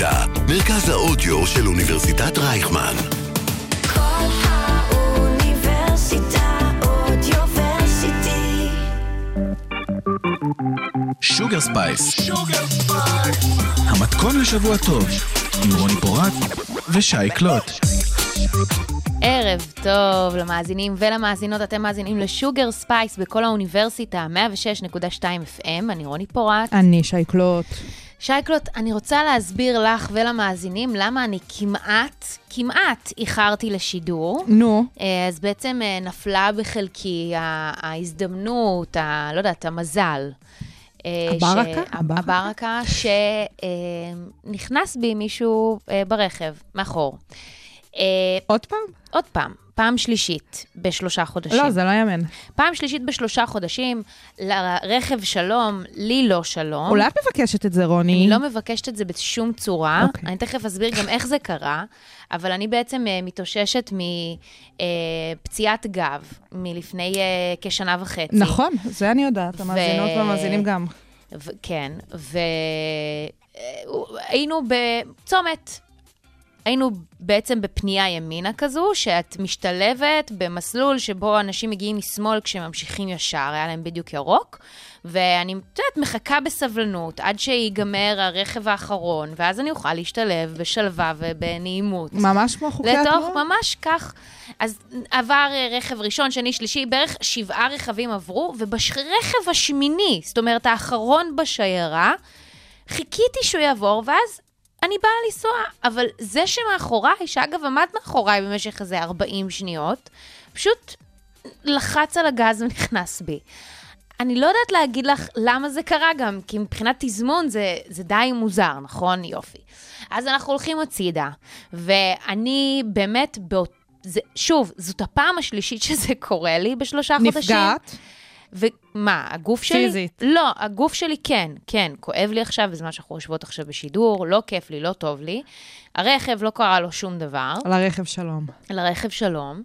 האוניברסיטה, מרכז האודיו של אוניברסיטת רייכמן. כל האוניברסיטה אודיוורסיטי. שוגר ספייס, המתכון לשבוע טוב, עם רוני פורט ושי קלוט. ערב טוב למאזינים ולמאזינות, אתם מאזינים לשוגר ספייס בכל האוניברסיטה, 106.2 FM, אני רוני פורט. אני שי קלוט. שי קלוט, אני רוצה להסביר לך ולמאזינים למה אני כמעט איחרתי לשידור. נו. אז בעצם נפלה בחלקי ההזדמנות, לא יודעת, המזל. הברקה שנכנס בי מישהו ברכב, מאחור. עוד פעם? עוד פעם, פעם שלישית ב3 חודשים. לא, זה לא יאמן. פעם שלישית ב3 חודשים, לרכב שלום, לי לא שלום. אולי את מבקשת את זה, רוני? אני לא מבקשת את זה בשום צורה. Okay. אני תכף אסביר גם איך זה קרה, אבל אני בעצם מתאוששת מפציעת גב, מלפני כשנה וחצי. נכון, זה אני יודעת, המאזינות והמאזינים גם. כן, והיינו בצומת. היינו בעצם בפנייה ימינה כזו, שאת משתלבת במסלול שבו אנשים מגיעים משמאל כשממשיכים ישר, היה להם בדיוק ירוק, ואני מחכה בסבלנות עד שיגמר הרכב האחרון, ואז אני אוכל להשתלב בשלווה ובנעימות. ממש כמו חוקי התנועה? ממש כך. אז עבר רכב ראשון, שני, שלישי, בערך 7 רכבים עברו, וברכב השמיני, זאת אומרת האחרון בשיירה, חיכיתי שהוא יעבור, ואז אני באה לנסוע, אבל זה שמאחוריי, שאגב עמד מאחוריי במשך איזה 40 שניות, פשוט לחץ על הגז ונכנס בי. אני לא יודעת להגיד לך למה זה קרה גם, כי מבחינת תזמון זה די מוזר, נכון? יופי. אז אנחנו הולכים הצידה, ואני באמת, שוב, זאת הפעם השלישית שזה קורה לי ב3 חודשים. נפגעת? ומה, הגוף שלי? פיזית. לא, הגוף שלי כן, כואב לי עכשיו, בזמן שאנחנו יושבות עכשיו בשידור, לא כיף לי, לא טוב לי. הרכב לא קרה לו שום דבר. על הרכב שלום. על הרכב שלום,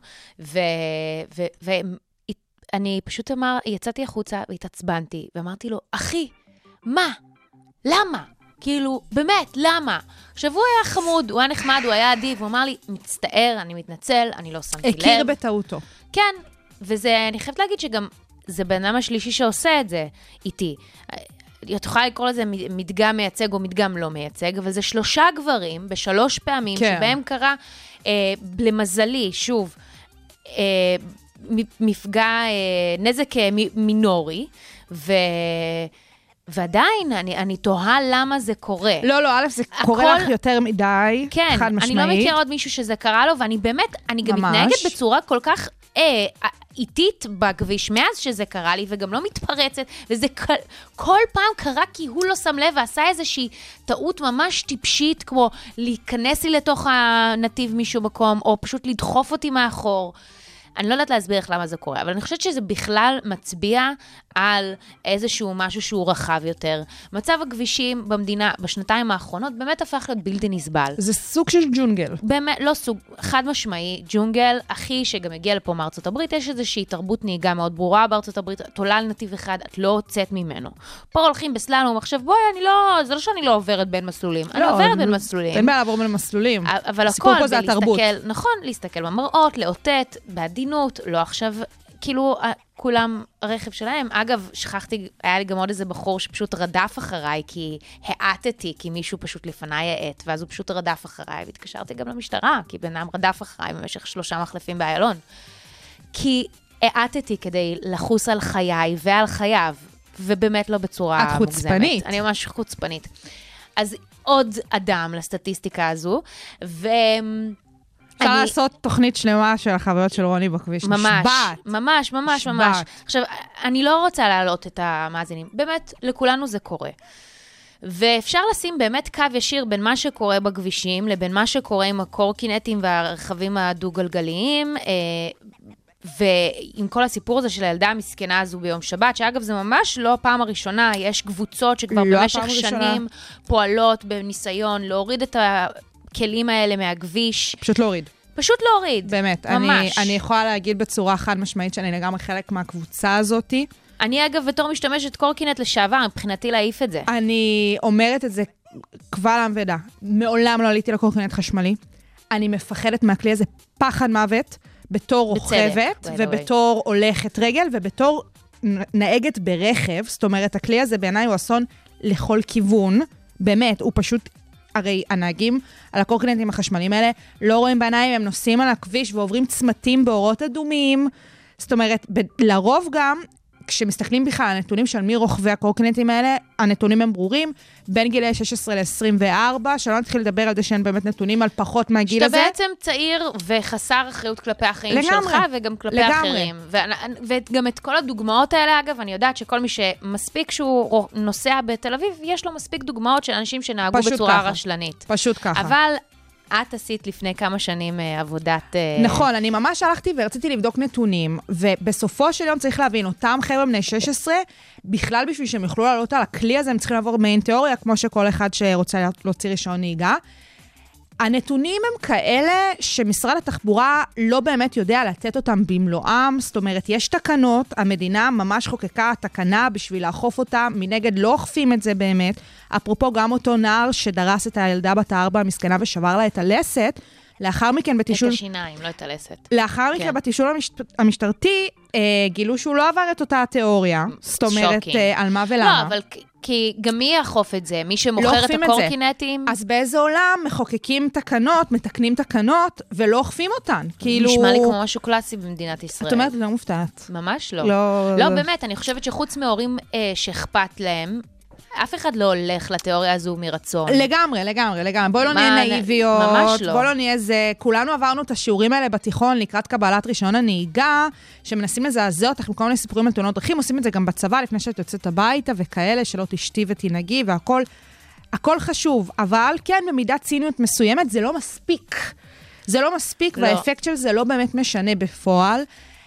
ואני פשוט יצאתי החוצה והתעצבנתי, ואמרתי לו, אחי, מה? למה? כאילו, באמת, למה? עכשיו הוא היה חמוד, הוא היה נחמד, הוא היה עדיף, הוא אמר לי, מצטער, אני מתנצל, אני לא שמתי לב. הכיר בטעותו. כן, וזה, אני חייבת להגיד שגם, זה בן אדם השלישי שעושה את זה איתי. את יכולה לקרוא לזה מדגם מייצג או מדגם לא מייצג, אבל זה 3 גברים ב3 פעמים, כן. שבהם קרה, למזלי, שוב, מפגע, נזק מינורי, ועדיין, אני תוהה למה זה קורה. לא, א', זה קורה לך יותר מדי, כן, חד משמעית. אני לא מכיר עוד מישהו שזה קרה לו, ואני באמת, אני גם מתנהגת בצורה כל כך איטית בכביש מאז שזה קרה לי, וגם לא מתפרצת, וזה כל פעם קרה כי הוא לא שם לב, ועשה איזושהי טעות ממש טיפשית, כמו להיכנס לי לתוך הנתיב מישהו מקום, או פשוט לדחוף אותי מאחור. אני לא יודעת להסביר איך למה זה קורה, אבל אני חושבת שזה בכלל מצביע על איזשהו משהו שהוא רחב יותר. מצב הכבישים במדינה בשנתיים האחרונות באמת הפך להיות בלתי נסבל. זה סוג של ג'ונגל. באמת, לא סוג, חד משמעי, ג'ונגל, אחי שגם הגיע לפה מארצות הברית, יש איזושהי תרבות נהיגה מאוד ברורה בארצות הברית, תולה לנתיב אחד, את לא הוצאת ממנו. פה הולכים בסללום, עכשיו בואי, זה לא שאני לא עוברת בין מסלולים, אני עוברת בין מסלולים. אין בעיה לעבור בין מסלולים. אבל הכל, נכון, להסתכל במראות, לאותת, בעדינות, לא עכשיו, כאילו, כולם הרכב שלהם. אגב, שכחתי, היה לי גם עוד איזה בחור שפשוט רדף אחריי, כי העטתי, כי מישהו פשוט לפניי העט, ואז הוא פשוט רדף אחריי, והתקשרתי גם למשטרה, כי בנם רדף אחריי במשך 3 מחלפים באיילון. כי העטתי כדי לחוס על חיי ועל חייו, ובאמת לא בצורה מוגזמת. את חוצפנית. אני ממש חוצפנית. אז עוד אדם לסטטיסטיקה הזו, אפשר לעשות תוכנית שלמה של החוויות של רוני בכביש. ממש. עכשיו, אני לא רוצה להעלות את המאזינים. באמת, לכולנו זה קורה. ואפשר לשים באמת קו ישיר בין מה שקורה בכבישים, לבין מה שקורה עם הקורקינטים והרכבים הדו-גלגליים, ועם כל הסיפור הזה של הילדה המסכנה הזו ביום שבת, שאגב זה ממש לא הפעם הראשונה, יש קבוצות שכבר במשך שנים פועלות בניסיון להוריד את הכלים האלה מהכביש. פשוט להוריד. באמת, אני יכולה להגיד בצורה חד משמעית שאני לגמרי חלק מהקבוצה הזאת. אני אגב בתור משתמשת קורקינט לשעבר, מבחינתי להעיף את זה. אני אומרת את זה קבל עם ודע, מעולם לא עליתי לקורקינט חשמלי. אני מפחדת מהכלי הזה פחד מוות, בתור רוכבת, ובתור הולכת רגל, ובתור נהגת ברכב. זאת אומרת, הכלי הזה בעיניי הוא אסון לכל כיוון. באמת, הוא פשוט, הרי הנהגים על הקורקינטים החשמליים האלה לא רואים בעיניים, הם נוסעים על הכביש ועוברים צמתים באורות אדומים. זאת אומרת, לרוב גם, כשמסתכלים בכלל על הנתונים של מי רוכבי הקורקינטים האלה, הנתונים הם ברורים, בין גילי 16 ל-24, שלא נתחיל לדבר על זה שאין באמת נתונים על פחות מהגיל הזה. שאתה בעצם צעיר וחסר אחריות כלפי החיים שלך, וגם כלפי אחרים. וגם את כל הדוגמאות האלה, אגב, אני יודעת שכל מי שמספיק שהוא נוסע בתל אביב, יש לו מספיק דוגמאות של אנשים שנהגו בצורה רשלנית. פשוט ככה. אבל את עשית לפני כמה שנים עבודת... נכון, אני ממש הלכתי ורציתי לבדוק נתונים, ובסופו של יום צריך להבין, אותם חבר'ה בני 16, בכלל בשביל שהם יוכלו לעלות על הכלי הזה, הם צריכים לעבור מעין תיאוריה, כמו שכל אחד שרוצה להוציא רישיון נהיגה. הנתונים הם כאלה שמשרד התחבורה לא באמת יודע לתת אותם במלואם, זאת אומרת, יש תקנות, המדינה ממש חוקקה תקנה בשביל לאכוף אותה, מנגד לא אוכפים את זה באמת. אפרופו גם אותו נער שדרס את הילדה בת 4 המסכנה ושבר לה את הלסת, לאחר מכן בתישול... את השיניים, לא את הלסת. לאחר מכן בתישול המשטרתי, גילו שהוא לא עבר את אותה התיאוריה. זאת אומרת, על מה ולמה. לא, אבל כי גם מי יאכוף את זה? מי שמוכר את הקורקינטים? אז באיזה עולם מחוקקים תקנות, מתקנים תקנות, ולא אוכפים אותן. כאילו... נשמע לי כמו משהו קלאסי במדינת ישראל. את אומרת, לא מופתעת. ממש לא. לא, באמת, אני חושבת שחוץ מהורים שאכפת להם, אף אחד לא הולך לתיאוריה הזו מרצון. לגמרי. בואו לא נהיה נאיביות. ממש לא. בואו לא נהיה זה. כולנו עברנו את השיעורים האלה בתיכון לקראת קבלת רישיון הנהיגה, שמנסים לזעזע אותך בכל מיני סיפורים על תאונות דרכים, עושים את זה גם בצבא לפני שאת יוצאת הביתה וכאלה, שלא תשתי ותנהגי והכל. הכל חשוב, אבל כן, במידת ציניות מסוימת, זה לא מספיק. זה לא מספיק, והאפקט של זה לא באמת משנה בפועל.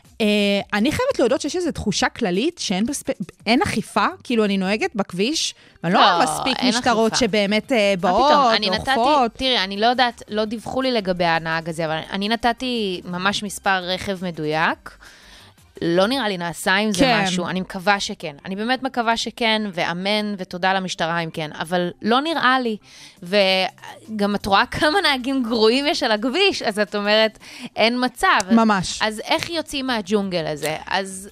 אני חייבת להודות שיש איזו תחושה כללית שאין אכיפה, כאילו אני נוהגת בכביש, ואני לא מספיק משטרות שבאמת באות, אוכפות. תראי, אני לא יודעת, לא דיווחו לי לגבי הנהג הזה, אבל אני נתתי ממש מספר רכב מדויק, לא נראה לי נעשה עם זה משהו, אני מקווה שכן. אני באמת מקווה שכן, ואמן ותודה למשטרה אם כן, אבל לא נראה לי. וגם את רואה כמה נהגים גרועים יש על הכביש, אז את אומרת, אין מצב. ממש. אז איך יוצאים מהג'ונגל הזה? אז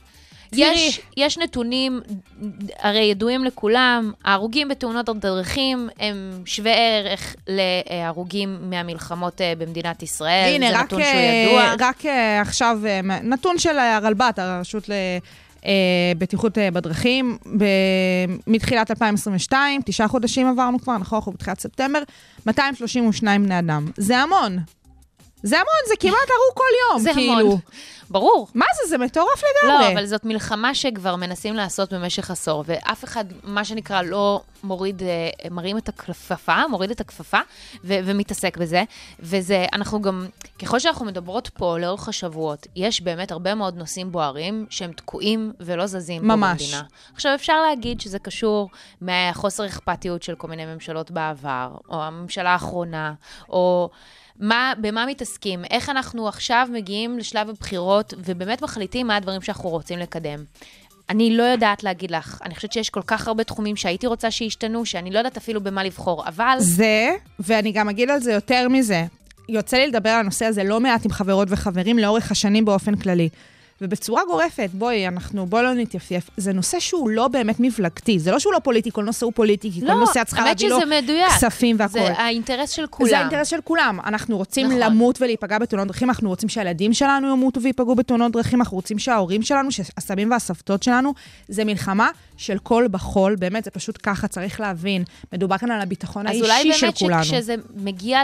יש נתונים, הרי ידועים לכולם, ההרוגים בתאונות הדרכים הם שווה ערך להרוגים מהמלחמות במדינת ישראל. הנה, זה נתון שהוא ידוע. רק עכשיו, נתון של הרלב"ד, הרשות לבטיחות בדרכים, מתחילת 2022, 9 חודשים עברנו כבר, אנחנו בתחילת ספטמבר, 232 בני אדם. זה המון. זה המון, זה כמעט הרוג כל יום. זה כאילו. המון. ברור. מה זה? זה מטורף לגמרי. לא, אבל זאת מלחמה שכבר מנסים לעשות במשך עשור, ואף אחד, מה שנקרא, לא מרים את הכפפה, מוריד את הכפפה, ומתעסק בזה. וזה, אנחנו גם, ככל שאנחנו מדברות פה לאורך השבועות, יש באמת הרבה מאוד נושאים בוערים, שהם תקועים ולא זזים פה במדינה. עכשיו, אפשר להגיד שזה קשור מהחוסר אכפתיות של כל מיני ממשלות בעבר, או הממשלה האחרונה, או... במה מתעסקים? איך אנחנו עכשיו מגיעים לשלב הבחירות, ובאמת מחליטים מה הדברים שאנחנו רוצים לקדם? אני לא יודעת להגיד לך. אני חושבת שיש כל כך הרבה תחומים שהייתי רוצה שישתנו, שאני לא יודעת אפילו במה לבחור, אבל... זה, ואני גם אגיד על זה יותר מזה. יוצא לי לדבר על הנושא הזה לא מעט עם חברות וחברים לאורך השנים באופן כללי. ובצורה גורפת, בואי לא נתייפייף. זה נושא שהוא לא באמת מפלגתי. זה לא שהוא לא פוליטי, כל נושא הוא פוליטי, כי כל נושא את צריכה להביא לו כספים והכל. זה האינטרס של כולם. זה האינטרס של כולם. אנחנו רוצים למות ולהיפגע בתאונות דרכים, אנחנו רוצים שהילדים שלנו ימותו ויפגעו בתאונות דרכים, אנחנו רוצים שההורים שלנו, שהסבים והסבתות שלנו, זה מלחמה של כל בחול, באמת זה פשוט ככה, צריך להבין. מדובר כאן על הביטחון האישי של כולנו. אז אולי באמת שכשזה מגיע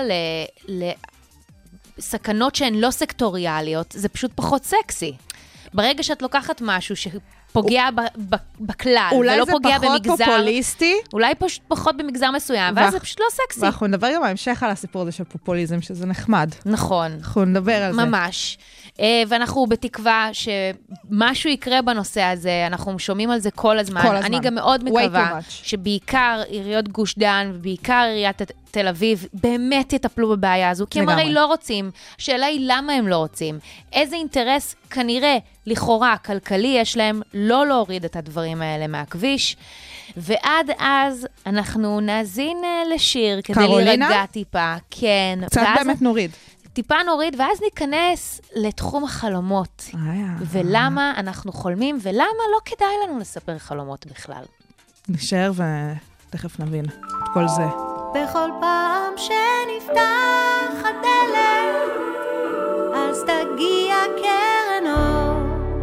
לסכנות שהן לא סקטוריאליות, זה פשוט פחות סקסי. ברגע שאת לוקחת משהו שפוגע בכלל, ולא פוגע במגזר... אולי זה פחות פופוליסטי? אולי פחות במגזר מסוים, ואז זה פשוט לא סקסי. ואנחנו נדבר גם בהמשך על הסיפור הזה של פופוליזם, שזה נחמד. נכון. אנחנו נדבר על זה. ממש. ואנחנו בתקווה שמשהו יקרה בנושא הזה, אנחנו שומעים על זה כל הזמן. אני גם מאוד מקווה שבעיקר עיריות גוש דן, ובעיקר עיריית תל אביב, באמת יטפלו בבעיה הזו, כי הם הרי לא רוצים. השאלה היא למה הם לא רוצים. איזה אינטרס כנראה, לכאורה, כלכלי יש להם, לא להוריד את הדברים האלה מהכביש. ועד אז אנחנו נאזין לשיר כדי להירגע טיפה. כן. קצת באמת נוריד. טיפה נוריד, ואז ניכנס לתחום החלומות. ולמה אנחנו חולמים, ולמה לא כדאי לנו לספר חלומות בכלל. נשאר ותכף נבין את כל זה. בכל פעם שנפתח הדלת, אז תגיע קרן אור.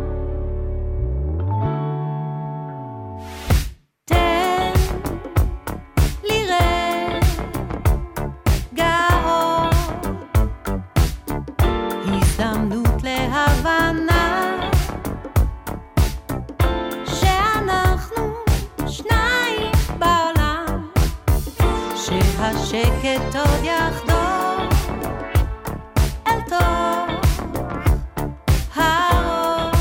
תן לי רגע אור, הזדמנות להבנה, שאנחנו שניים בעולם, שהשקט עוד יחדור אל תוך הראש,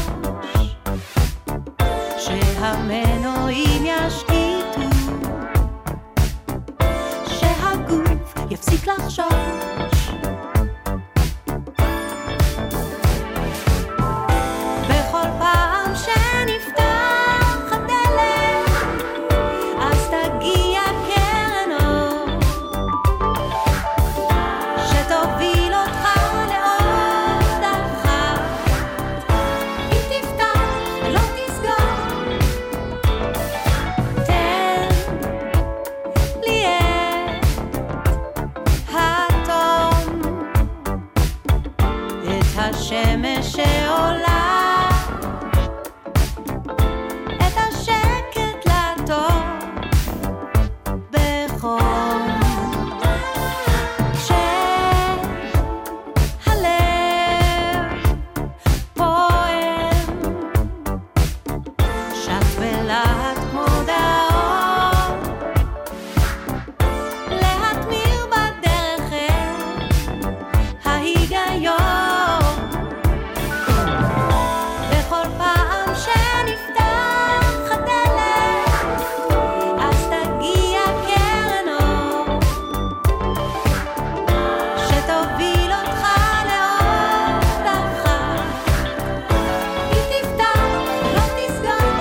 שהמנועים ישקיטו, שהגוף יפסיק לחשוש. בכל פעם שנפתח הדלת, אז תגיע קרן אור, שתוביל אותך לעוד אחת. אם תפתח ולא תסגור, תן לי את התום, את השמש שעולה, את השקט לטוב בחום, כשהלב פועם, שט ולהט כמו דאור, להתמיר בדרך אל ההיגיון. בכל פעם שנפתח הדלת, אז תגיע קרן אור, שתוביל אותך לעוד אחת. אם תפתח ולא תסגור,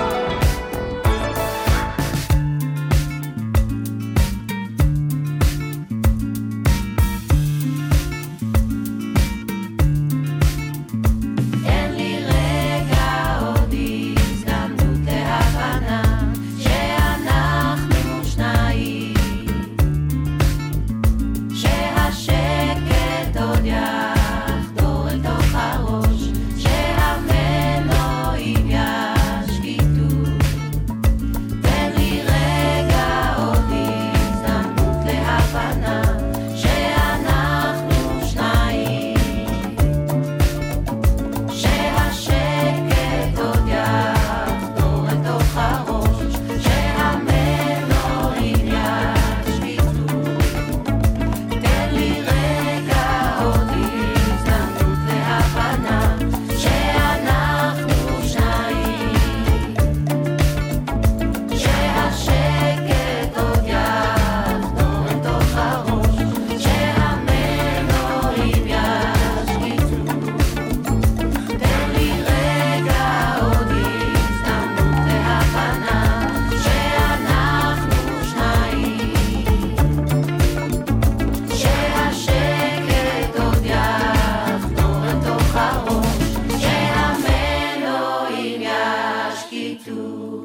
תן לי רגע עוד הזדמנות להבנה, שאנחנו שניים, שהשקט עוד יחדור אל תוך הראש, שהמנועים ישקיטו. תן לי רגע עוד הזדמנות להבנה, שאנחנו שניים, שהשקט עוד יחדור אל תוך הראש, שהמנועים ישקיטו. תן לי רגע עוד הזדמנות להבנה, שאנחנו שניים, שהשקט עוד יחדור אל תוך הראש, שהמנועים ישקיטו. תן לי רגע עוד הזדמנות להבנה, שאנחנו שניים, שהשקט עוד יחדור אל תוך הראש, שהמנועים ישקיטו.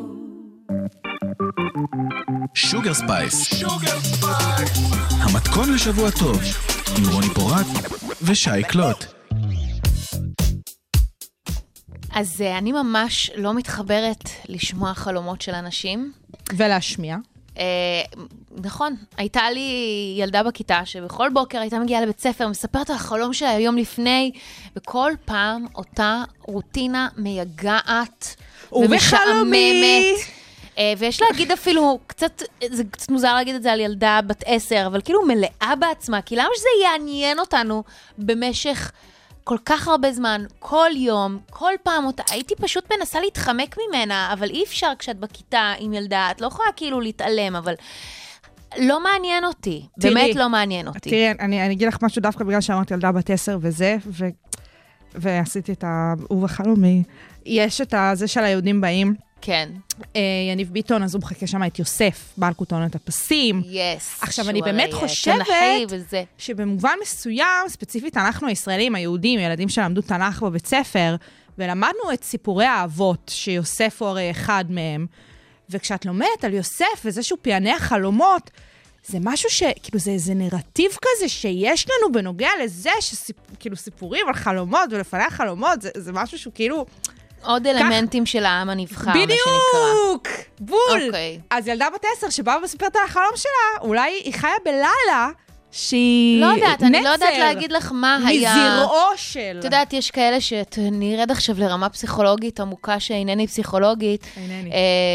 שוגר ספייס. המתכון לשבוע טוב, עם רוני פורט ושי קלוט. אז אני ממש לא מתחברת לשמוע חלומות של אנשים. ולהשמיע. נכון, הייתה לי ילדה בכיתה שבכל בוקר הייתה מגיעה לבית ספר, מספרת על החלום שלה היום לפני, וכל פעם אותה רוטינה מייגעת ומשעממת. ויש להגיד אפילו, זה קצת מוזר להגיד את זה על ילדה בת 10, אבל כאילו מלאה בעצמה, כי למה שזה יעניין אותנו במשך כל כך הרבה זמן, כל יום, כל פעם אותה, הייתי פשוט מנסה להתחמק ממנה, אבל אי אפשר כשאת בכיתה עם ילדה, את לא יכולה כאילו להתעלם, אבל לא מעניין אותי, באמת לא מעניין אותי. תראי, אני אגיד לך משהו דווקא בגלל שאמרתי ילדה בת 10 וזה, ועשיתי את החלומי. יש את זה של היהודים באים, כן. יניב ביטון, אז הוא מחכה שם את יוסף, בעל כותונת הפסים. עכשיו, אני באמת חושבת שבמובן מסוים, ספציפית, אנחנו הישראלים, היהודים, ילדים שלמדו תנ"ך בבית ספר, ולמדנו את סיפורי האבות, שיוסף הוא הרי אחד מהם, וכשאת לומדת על יוסף וזה שהוא פענח חלומות, זה משהו כאילו זה איזה נרטיב כזה שיש לנו בנוגע לזה, שכאילו סיפורים על חלומות ולפענח חלומות, זה משהו שהוא כאילו... עוד אלמנטים של העם הנבחר, מה שנקרא. בדיוק! בול! אז ילדה בת 10 שבאה ומספרת על החלום שלה, אולי היא חיה בלילה שהיא לא יודעת, אני לא יודעת להגיד לך מה היה... מזרעו של... את יודעת, יש כאלה שנרד עכשיו לרמה פסיכולוגית עמוקה שאינני פסיכולוגית. אינני.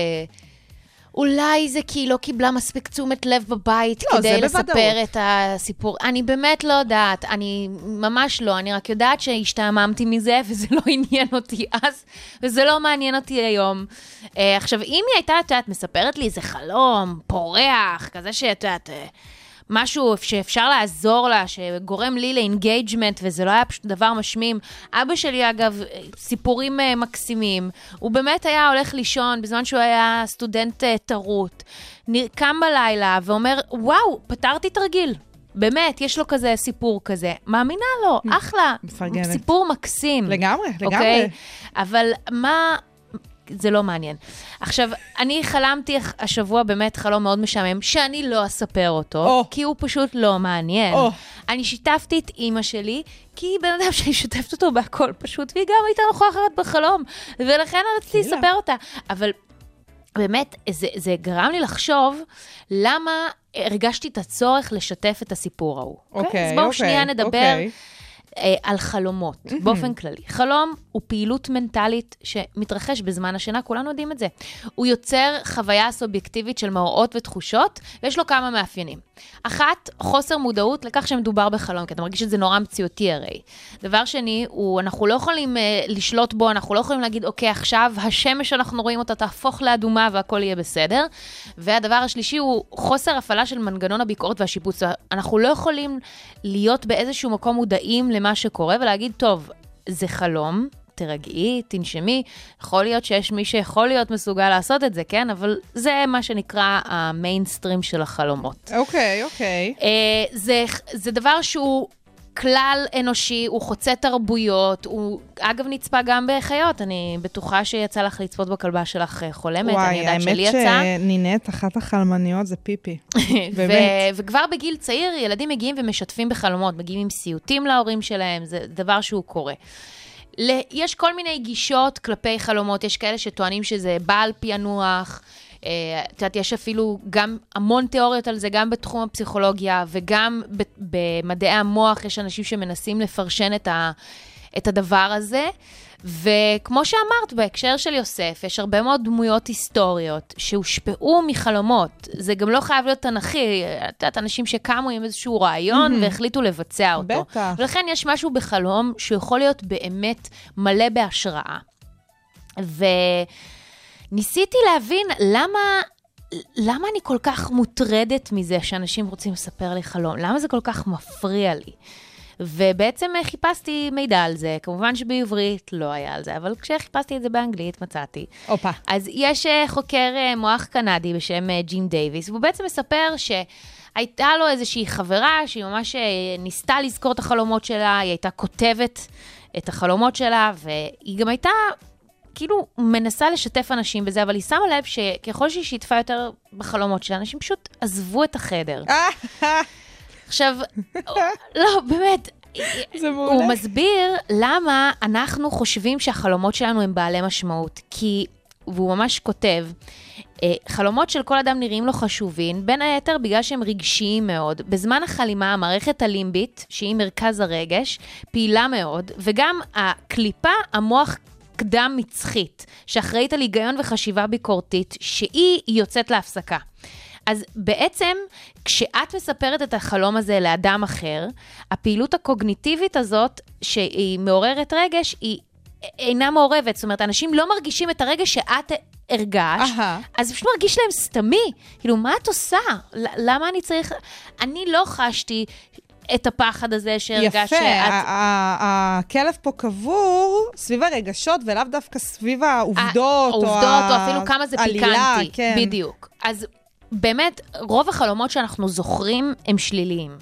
אולי זה כי היא לא קיבלה מספיק תשומת לב בבית כדי לספר את הסיפור. אני באמת לא יודעת, אני ממש לא, אני רק יודעת שהשתעממתי מזה, וזה לא עניין אותי אז, וזה לא מעניין אותי היום. עכשיו, אם היא הייתה, את יודעת, מספרת לי איזה חלום, פורח, כזה שאת יודעת... משהו שאפשר לעזור לה, שגורם לי לאינגייג'מנט, וזה לא היה פשוט דבר משמים. אבא שלי, אגב, סיפורים מקסימים. הוא באמת היה הולך לישון, בזמן שהוא היה סטודנט תרות. קם בלילה ואומר, וואו, פתרתי תרגיל. באמת, יש לו כזה סיפור כזה. מאמינה לו, אחלה. מפרגנת. סיפור מקסים. לגמרי, לגמרי. אבל מה... זה לא מעניין. עכשיו, אני חלמתי השבוע באמת חלום מאוד משעמם, שאני לא אספר אותו, כי הוא פשוט לא מעניין. אני שיתפתי את אמא שלי, כי היא בן אדם שאני שותפת אותו בהכל פשוט, והיא גם הייתה נוכחת בחלום, ולכן רציתי לספר אותה. אבל באמת, זה גרם לי לחשוב למה הרגשתי את הצורך לשתף את הסיפור ההוא. אז בואו שנייה נדבר על חלומות, באופן כללי. חלום הוא פעילות מנטלית שמתרחש בזמן השינה, כולנו יודעים את זה. הוא יוצר חוויה סובייקטיבית של מאורעות ותחושות, ויש לו כמה מאפיינים. אחת, חוסר מודעות לכך שמדובר בחלום, כי אתה מרגיש שזה נורא מציאותי הרי. דבר שני, אנחנו לא יכולים לשלוט בו, אנחנו לא יכולים להגיד, אוקיי, עכשיו השמש שאנחנו רואים אותה תהפוך לאדומה והכל יהיה בסדר. והדבר השלישי הוא חוסר הפעלה של מנגנון הביקורת והשיפוץ. אנחנו לא יכולים להיות באיזשהו מקום מודעים למה שקורה ולהגיד, טוב, זה חלום, תרגעי, תנשמי, יכול להיות שיש מי שיכול להיות מסוגל לעשות את זה, כן? אבל זה מה שנקרא המיינסטרים של החלומות. אוקיי. זה דבר שהוא כלל אנושי, הוא חוצה תרבויות, הוא אגב נצפה גם בחיות, אני בטוחה שיצא לך לצפות בכלבה שלך חולמת, אני יודעת שלי יצא. וואי, האמת שנינת אחת החלמניות זה פיפי, באמת. וכבר בגיל צעיר ילדים מגיעים ומשתפים בחלומות, מגיעים עם סיוטים להורים שלהם, זה דבר שהוא קורה. יש כל מיני גישות כלפי חלומות, יש כאלה שטוענים שזה בעל פענוח, את יודעת, יש אפילו גם המון תיאוריות על זה, גם בתחום הפסיכולוגיה וגם במדעי המוח, יש אנשים שמנסים לפרשן את הדבר הזה, וכמו שאמרת, בהקשר של יוסף, יש הרבה מאוד דמויות היסטוריות שהושפעו מחלומות, זה גם לא חייב להיות תנכי, את יודעת, אנשים שקמו עם איזשהו רעיון והחליטו לבצע אותו. בטח. ולכן יש משהו בחלום שיכול להיות באמת מלא בהשראה. ניסיתי להבין למה אני כל כך מוטרדת מזה שאנשים רוצים לספר לי חלום, למה זה כל כך מפריע לי. ובעצם חיפשתי מידע על זה, כמובן שבעברית לא היה על זה, אבל כשחיפשתי את זה באנגלית מצאתי. אופה. אז יש חוקר מוח קנדי בשם ג'ים דייביס, והוא בעצם מספר שהייתה לו איזושהי חברה שהיא ממש ניסתה לזכור את החלומות שלה, היא הייתה כותבת את החלומות שלה, והיא גם הייתה כאילו מנסה לשתף אנשים בזה, אבל היא שמה לב שככל שהיא שיתפה יותר בחלומות שלה, אנשים פשוט עזבו את החדר. עכשיו, לא, באמת, הוא מסביר למה אנחנו חושבים שהחלומות שלנו הם בעלי משמעות, כי, והוא ממש כותב, חלומות של כל אדם נראים לו חשובים, בין היתר בגלל שהם רגשיים מאוד. בזמן החלימה, המערכת הלימבית, שהיא מרכז הרגש, פעילה מאוד, וגם הקליפה, המוח קדם מצחית, שאחראית על היגיון וחשיבה ביקורתית, שהיא יוצאת להפסקה. אז בעצם, כשאת מספרת את החלום הזה לאדם אחר, הפעילות הקוגניטיבית הזאת, שהיא מעוררת רגש, היא אינה מעורבת. זאת אומרת, אנשים לא מרגישים את הרגש שאת הרגשת, אז זה פשוט מרגיש להם סתמי. כאילו, מה את עושה? למה אני צריך... אני לא חשתי את הפחד הזה שהרגש יפה, הכלב פה קבור סביב הרגשות, ולאו דווקא סביב העובדות, או אפילו כמה זה פיקנטי. כן. בדיוק. אז באמת, רוב החלומות שאנחנו זוכרים הם שליליים.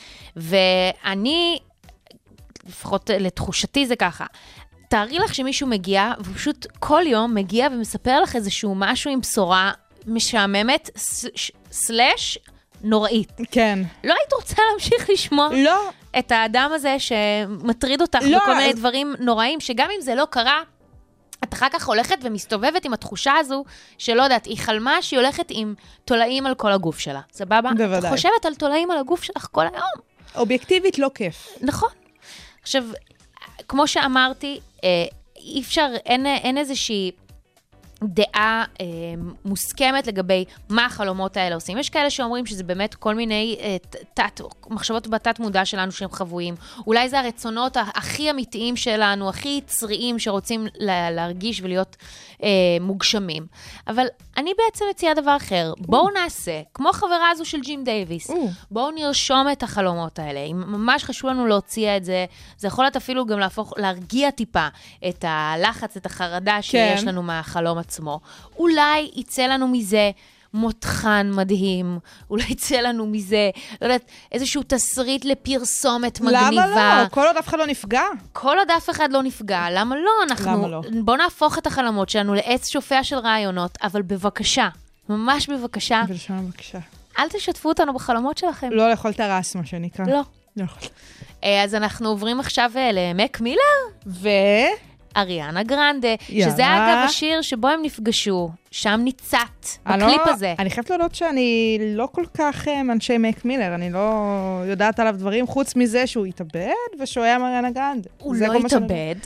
ואני, לפחות לתחושתי זה ככה, תארי לך שמישהו מגיע, ופשוט כל יום מגיע ומספר לך איזשהו משהו עם בשורה משעממת, סלש נוראית. כן. לא היית רוצה להמשיך לשמוע? לא. את האדם הזה שמטריד אותך בכל מיני דברים נוראים, שגם אם זה לא קרה, את אחר כך הולכת ומסתובבת עם התחושה הזו, שלא יודעת, היא חלמה שהיא הולכת עם תולעים על כל הגוף שלה. סבבה? בוודאי. את חושבת על תולעים על הגוף שלך כל היום. אובייקטיבית לא כיף. נכון. עכשיו, כמו שאמרתי, אי אפשר, אין איזושהי דעה מוסכמת לגבי מה החלומות האלה עושים. יש כאלה שאומרים שזה באמת כל מיני מחשבות בתת מודע שלנו שהם חבויים. אולי זה הרצונות הכי אמיתיים שלנו, הכי יצריים שרוצים להרגיש ולהיות מוגשמים. אבל אני בעצם מציעה דבר אחר. בואו נעשה, כמו החברה הזו של ג'ים דייביס, בואו נרשום את החלומות האלה. אם ממש חשוב לנו להוציא את זה, זה יכול להיות אפילו גם להרגיע טיפה את הלחץ, את החרדה שיש לנו מהחלום עצמו. אולי יצא לנו מזה מותחן מדהים, אולי יצא לנו מזה, לא יודעת, איזשהו תסריט לפרסומת מגניבה. למה לא? כל עוד אף אחד לא נפגע. כל עוד אף אחד לא נפגע. למה לא? למה לא? בואו נהפוך את החלומות שלנו לעץ שופע של רעיונות, אבל בבקשה, ממש בבקשה. בבקשה. אל תשתפו אותנו בחלומות שלכם. לא לאכול את הרס, מה שנקרא. לא. לא יכול. אז אנחנו עוברים עכשיו למק מילר. אריאנה גרנדה, שזה אגב השיר שבו הם נפגשו, שם ניצת, בקליפ הזה. אני חייבת להודות שאני לא כל כך מאנשי מק מילר, אני לא יודעת עליו דברים, חוץ מזה שהוא התאבד ושהוא היה אריאנה גרנדה. הוא לא התאבד.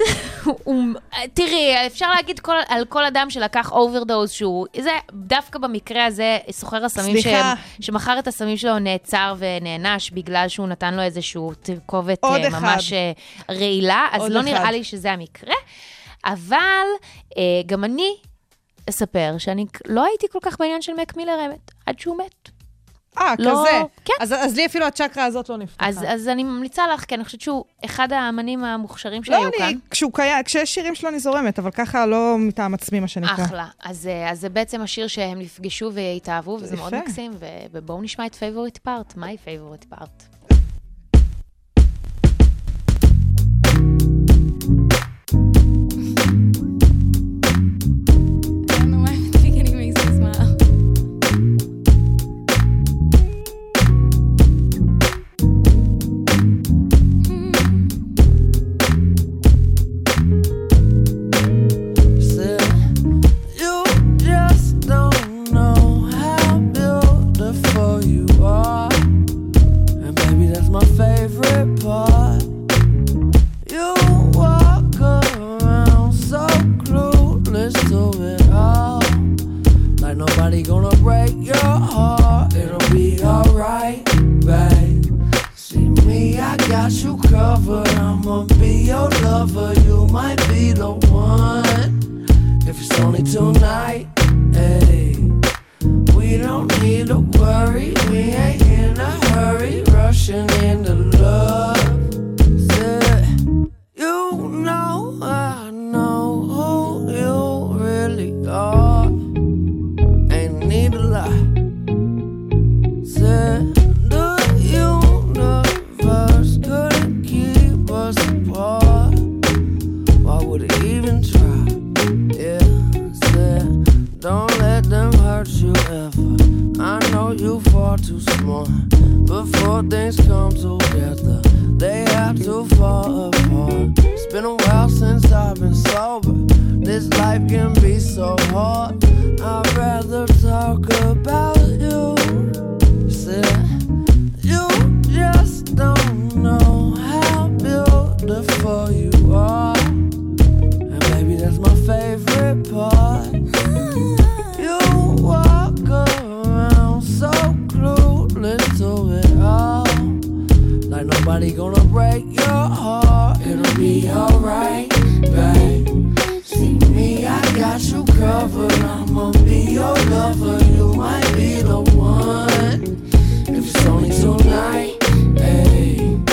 תראי, אפשר להגיד על כל אדם שלקח אוברדוז, שהוא, זה דווקא במקרה הזה, סוחר הסמים שמחר את הסמים שלו נעצר ונענש, בגלל שהוא נתן לו איזשהו תרכובת ממש רעילה, אז לא נראה לי שזה המקרה. אבל גם אני אספר שאני לא הייתי כל כך בעניין של מק מילר האמת, עד שהוא מת. כזה. כן. אז לי אפילו הצ'קרה הזאת לא נפתחה. אז אני ממליצה לך, כי אני חושבת שהוא אחד האמנים המוכשרים שהיו כאן. לא, כשיש שירים שלו אני זורמת, אבל ככה לא מטעם עצמי מה שנקרא. אחלה. אז זה בעצם השיר שהם נפגשו והתאהבו, וזה מאוד מקסים, ובואו נשמע את favorite part, my favorite part. If it's only tonight, hey.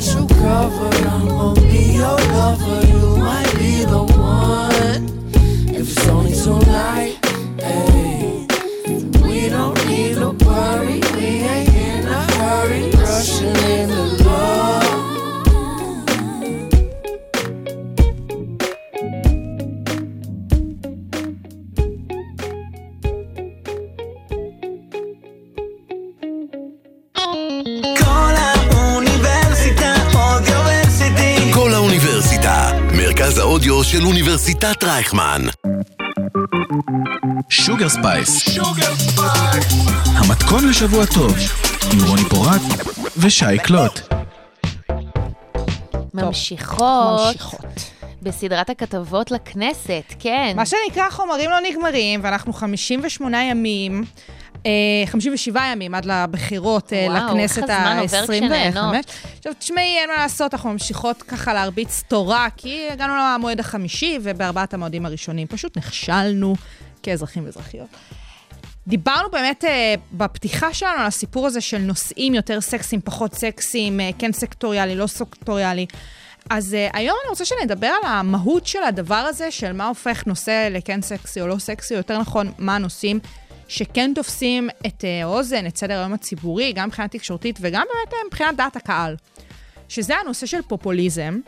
you covered. I'm gonna be your lover. You might be the one. If it's only tonight, hey, we don't need to worry. We ain't in a hurry, rushing into love. כל האוניברסיטה, מרכז האודיו של אוניברסיטת רייכמן. שוגר ספייס. המתכון לשבוע טוב, עם רוני פורט ושי קלוט. ממשיכות בסדרת הכתבות לכנסת, כן. מה שנקרא חומרים לא נגמרים, ואנחנו 58 ימים, 57 ימים עד לבחירות לכנסת ה-25. עכשיו, תשמעי, אין מה לעשות, אנחנו ממשיכות ככה להרביץ תורה, כי הגענו למועד החמישי, ובארבעת המועדים הראשונים פשוט נכשלנו כאזרחים ואזרחיות. דיברנו באמת בפתיחה שלנו על הסיפור הזה של נושאים יותר סקסיים, פחות סקסיים, כן סקטוריאלי, לא סקטוריאלי. אז היום אני רוצה שנדבר על המהות של הדבר הזה, של מה הופך נושא לכן סקסי או לא סקסי, או יותר נכון, מה הנושאים שכן תופסים את האוזן, את סדר היום הציבורי, גם מבחינת תקשורתית וגם באמת מבחינת דעת הקהל. שזה הנושא של פופוליזם.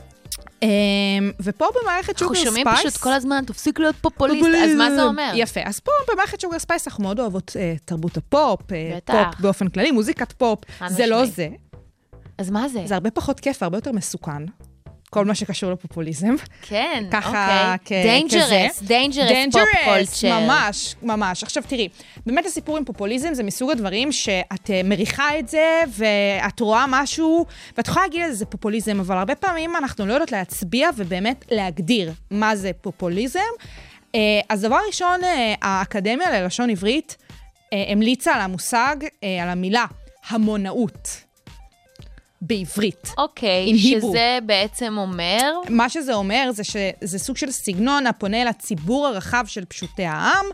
ופה במערכת שוגר ספייס... אנחנו שומעים פשוט כל הזמן, תפסיק להיות פופוליסט, אז מה זה אומר? יפה, אז פה במערכת שוגר ספייס אנחנו מאוד אוהבות תרבות הפופ, פופ באופן כללי, מוזיקת פופ, זה לא זה. אז מה זה? זה הרבה פחות כיף, הרבה יותר מסוכן. כל מה שקשור לפופוליזם. כן, ככה, dangerous פופ קולצ'ר. ממש, ממש. עכשיו תראי, באמת הסיפור עם פופוליזם זה מסוג הדברים שאת מריחה את זה, ואת רואה משהו, ואת יכולה להגיד לזה פופוליזם, אבל הרבה פעמים אנחנו לא יודעות להצביע, ובאמת להגדיר מה זה פופוליזם. אז דבר ראשון, האקדמיה ללשון עברית המליצה על המושג, על המילה המונאות. בעברית. אוקיי, שזה בעצם אומר? מה שזה אומר זה שזה סוג של סגנון הפונה לציבור הרחב של פשוטי העם,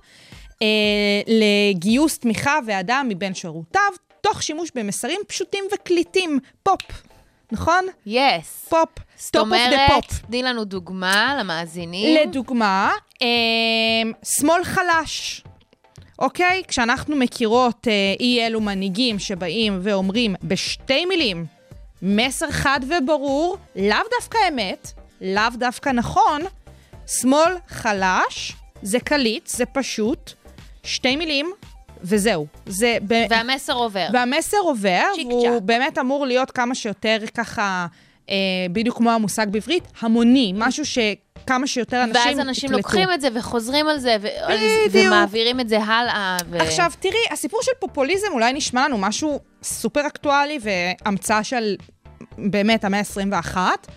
לגיוס תמיכה ואדם מבין שורותיו, תוך שימוש במסרים פשוטים וקליטים, פופ, נכון? יס. פופ, זאת אומרת, תני לנו דוגמה למאזינים. לדוגמה, שמאל חלש. אוקיי? כשאנחנו מכירות אי אלו מנהיגים שבאים ואומרים בשתי מילים, מסר חד וברור, לאו דווקא אמת, לאו דווקא נכון, שמאל חלש, זה קליט, זה פשוט, שתי מילים, וזהו. והמסר עובר. והמסר עובר, והוא באמת אמור להיות כמה שיותר ככה, בדיוק כמו המושג בעברית, המוני, משהו שכמה שיותר אנשים ואז אנשים לוקחים את זה וחוזרים על זה, ומעבירים את זה הלאה. עכשיו, תראי, הסיפור של פופוליזם אולי נשמע לנו משהו סופר אקטואלי, והמצאה של באמת המאה ה-21,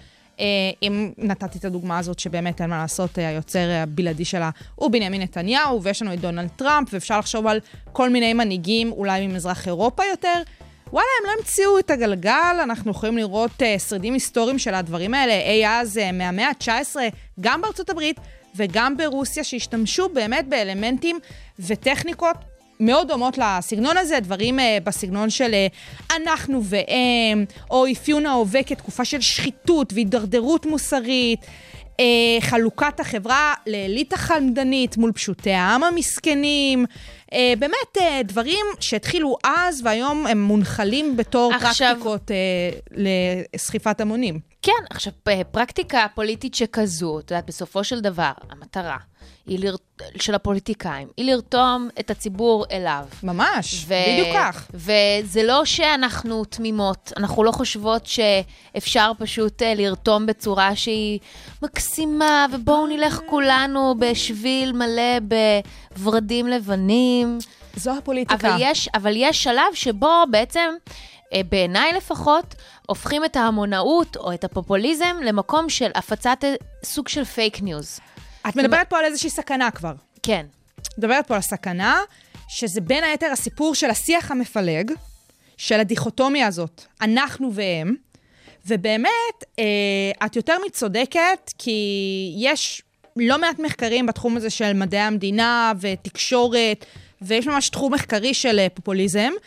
אם נתתי את הדוגמה הזאת שבאמת אין מה לעשות, היוצר הבלעדי שלה הוא בנימין נתניהו, ויש לנו את דונלד טראמפ, ואפשר לחשוב על כל מיני מנהיגים, אולי ממזרח אירופה יותר. וואלה, הם לא המציאו את הגלגל, אנחנו יכולים לראות שרידים היסטוריים של הדברים האלה, אי אז מהמאה ה-19, גם בארצות הברית וגם ברוסיה, שהשתמשו באמת באלמנטים וטכניקות מאוד דומות לסגנון הזה, דברים בסגנון של אנחנו והם, או אפיון ההווה כתקופה של שחיתות והידרדרות מוסרית, חלוקת החברה לאליטה חמדנית מול פשוטי העם המסכנים, באמת דברים שהתחילו אז והיום הם מונחלים בתור פרקטיקות לסחיפת המונים. כן, עכשיו פרקטיקה פוליטית שכזו, את יודעת, בסופו של דבר, המטרה של הפוליטיקאים היא לרתום את הציבור אליו. ממש, בדיוק כך. וזה לא שאנחנו תמימות, אנחנו לא חושבות שאפשר פשוט לרתום בצורה שהיא מקסימה, ובואו נלך כולנו בשביל מלא בורדים לבנים. זו הפוליטיקה. אבל יש שלב שבו בעצם, בעיניי לפחות, הופכים את ההמונאות או את הפופוליזם למקום של הפצת סוג של פייק ניוז. את מדברת פה על איזושהי סכנה כבר. כן. מדברת פה על הסכנה, שזה בין היתר הסיפור של השיח המפלג, של הדיכוטומיה הזאת, אנחנו והם, ובאמת, את יותר מצודקת, כי יש לא מעט מחקרים בתחום הזה של מדעי המדינה ותקשורת, ויש ממש תחום מחקרי של פופוליזם,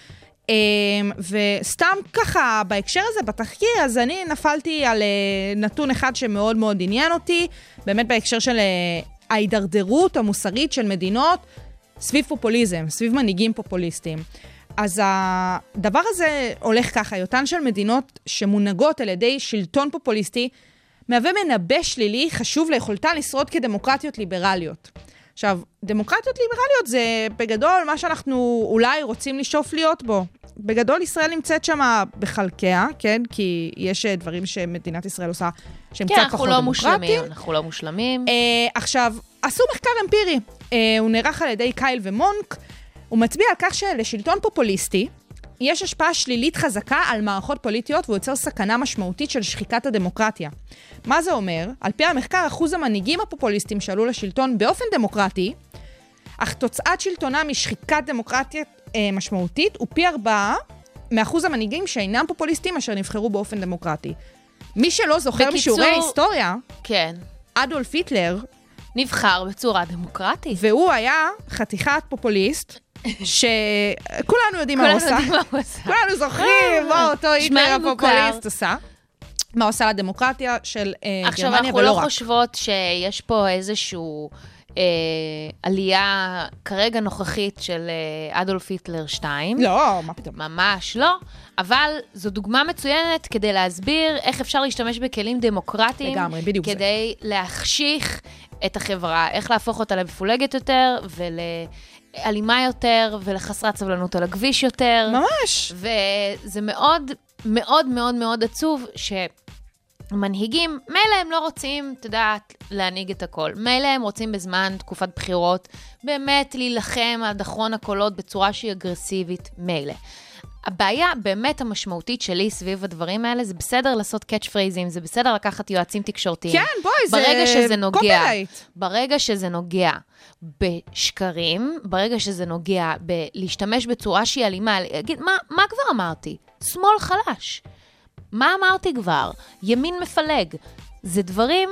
וסתם ככה, בהקשר הזה, בתחקיר, אז אני נפלתי על נתון אחד שמאוד מאוד עניין אותי, באמת בהקשר של ההידרדרות המוסרית של מדינות, סביב פופוליזם, סביב מנהיגים פופוליסטיים. אז הדבר הזה הולך ככה, היותן של מדינות שמונהגות על ידי שלטון פופוליסטי, מהווה מנבא שלילי חשוב ליכולתן לשרוד כדמוקרטיות ליברליות. עכשיו, דמוקרטיות ליברליות זה בגדול מה שאנחנו אולי רוצים לשאוף להיות בו. בגדול ישראל נמצאת שם בחלקיה, כן? כי יש דברים שמדינת ישראל עושה שהם קצת פחות דמוקרטיים. כן, אנחנו לא מושלמים. עכשיו, עשו מחקר אמפירי. הוא נערך על ידי קייל ומונק. הוא מצביע על כך שלשלטון פופוליסטי יש השפעה שלילית חזקה על מערכות פוליטיות והוא יוצר סכנה משמעותית של שחיקת הדמוקרטיה. מה זה אומר? על פי המחקר, אחוז המנהיגים הפופוליסטים שעלו לשלטון באופן דמוקרטי, אך תוצאת שלטונה משחיקת דמוקרטיה משמעותית הוא פי 4 מאחוז המנהיגים שאינם פופוליסטים אשר נבחרו באופן דמוקרטי. מי שלא זוכר משיעורי היסטוריה, כן. אדולף היטלר, נבחר בצורה דמוקרטית. והוא היה חתיכת פופוליסט, שכולנו יודעים מה הוא עושה. כולנו זוכרים מה אותו היטלר הפופוליסט עושה. מה עושה לדמוקרטיה של גרמניה ולא רק. עכשיו, אנחנו לא חושבות שיש פה איזשהו עלייה כרגע נוכחית של אדולף היטלר 2. לא, מה פתאום. ממש לא. אבל זו דוגמה מצוינת כדי להסביר איך אפשר להשתמש בכלים דמוקרטיים. לגמרי, בדיוק זה. כדי להחשיך את החברה, איך להפוך אותה למפולגת יותר אלימה יותר, ולחסרת סבלנות על הכביש יותר. ממש. וזה מאוד, מאוד, מאוד, מאוד עצוב, שמנהיגים, מילא הם לא רוצים, תדעת, להנהיג את הכל. מילא הם רוצים בזמן תקופת בחירות, באמת להילחם על דחרון הקולות בצורה שהיא אגרסיבית, מילא. הבעיה באמת המשמעותית שלי סביב הדברים האלה, זה בסדר לעשות קאץ' פרייזים, זה בסדר לקחת יועצים תקשורתיים. כן, בואי, זה קופירייט. ברגע שזה נוגע בשקרים, ברגע שזה נוגע בלהשתמש בצורה שהיא אלימה, להגיד, מה כבר אמרתי? שמאל חלש. מה אמרתי כבר? ימין מפלג. זה דברים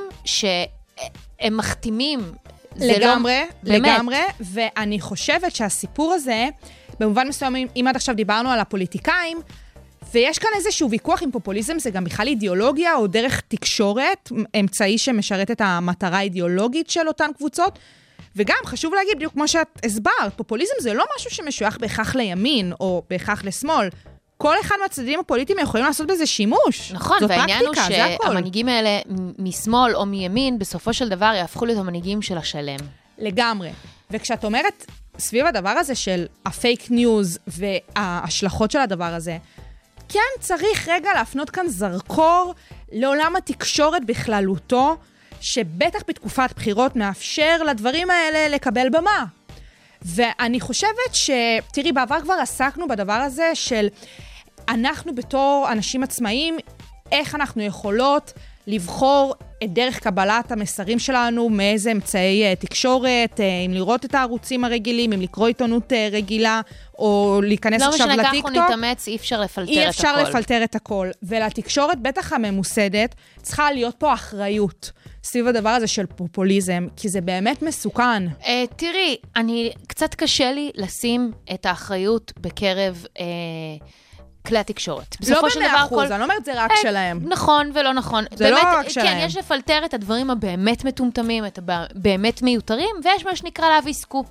שהם מחתימים. לגמרי, לגמרי, ואני חושבת שהסיפור הזה, במובן מסוים, אם עד עכשיו דיברנו על הפוליטיקאים, ויש כאן איזשהו ויכוח עם פופוליזם, זה גם בכלל אידיאולוגיה או דרך תקשורת, אמצעי שמשרת את המטרה האידיאולוגית של אותן קבוצות, וגם חשוב להגיד, בדיוק כמו שאת הסברת, פופוליזם זה לא משהו שמשוייך בהכרח לימין או בהכרח לשמאל, כל אחד מהצדדים הפוליטיים יכולים לעשות בזה שימוש. נכון, והעניין הוא שהמנהיגים האלה משמאל או מימין, בסופו של דבר יהפכו להיות המנהיגים של השלם. לגמרי. וכשאת אומרת סביב הדבר הזה של הפייק ניוז וההשלכות של הדבר הזה, כן צריך רגע להפנות כאן זרקור לעולם התקשורת בכללותו, שבטח בתקופת בחירות מאפשר לדברים האלה לקבל במה. ואני חושבת תראי, בעבר כבר עסקנו בדבר הזה של אנחנו בתור אנשים עצמאיים, איך אנחנו יכולות לבחור את דרך קבלת המסרים שלנו, מאיזה אמצעי תקשורת, אם לראות את הערוצים הרגילים, אם לקרוא עיתונות רגילה, או להיכנס עכשיו לטיקטוק. לא משנה, ככה נתאמץ, אי אפשר לפלטר את הכל. אי אפשר לפלטר את הכל. ולתקשורת בטח הממוסדת, צריכה להיות פה אחריות סביב הדבר הזה של פופוליזם, כי זה באמת מסוכן. תראי, קצת קשה לי לשים את האחריות בקרב כלי התקשורת. לא ב100%, אני לא אומרת זה רק שלהם. נכון ולא נכון. זה לא רק שלהם. כן, יש לפלטר את הדברים הבאמת מטומטמים, את הבאמת מיותרים, ויש מה שנקרא להביא סקופ.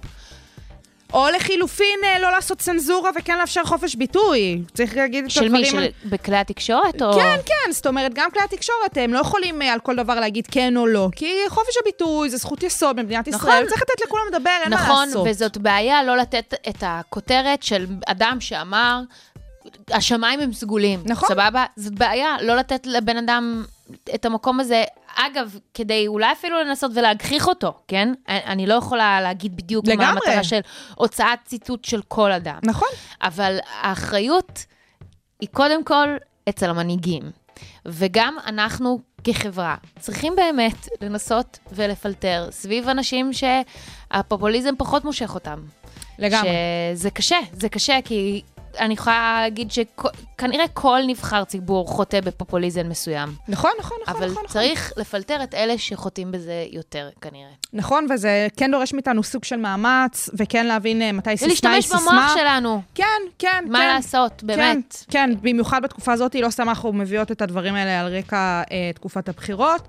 או לחילופין לא לעשות צנזורה וכן לאפשר חופש ביטוי. צריך להגיד את הדברים... של מי? בכלי התקשורת? או... כן, כן. זאת אומרת, גם כלי התקשורת, הם לא יכולים על כל דבר להגיד כן או לא. כי חופש הביטוי זה זכות יסוד במדינת ישראל. צריך לתת לכולם לדבר, אין מה לעשות. נכון, וזאת בעיה לא לתת את הכותרת של אדם שאמר, השמיים הם סגולים. נכון. סבבה? זאת בעיה לא לתת לבן אדם את המקום הזה, אגב, כדי אולי אפילו לנסות ולהגחיך אותו, כן? אני לא יכולה להגיד בדיוק מה המטרה של הוצאת ציטוט של כל אדם. נכון. אבל האחריות היא קודם כל אצל המנהיגים. וגם אנחנו כחברה צריכים באמת לנסות ולפלטר סביב אנשים שהפופוליזם פחות מושך אותם. לגמרי. שזה קשה, כי אני יכולה להגיד שכנראה כל נבחר ציבור חוטא בפופוליזם מסוים. נכון. אבל צריך לפלטר את אלה שחוטאים בזה יותר, כנראה. נכון, וזה כן דורש מאיתנו סוג של מאמץ, וכן להבין מתי סיסמה היא סיסמה. ולהשתמש במוח שלנו. כן. מה לעשות, באמת. כן, במיוחד בתקופה הזאת, לא סתם אנחנו מביאות את הדברים האלה על רקע תקופת הבחירות.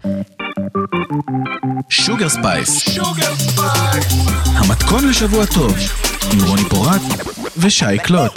שוגר ספייס. המתכון לשבוע טוב, עם רוני פורט ושי קלוט.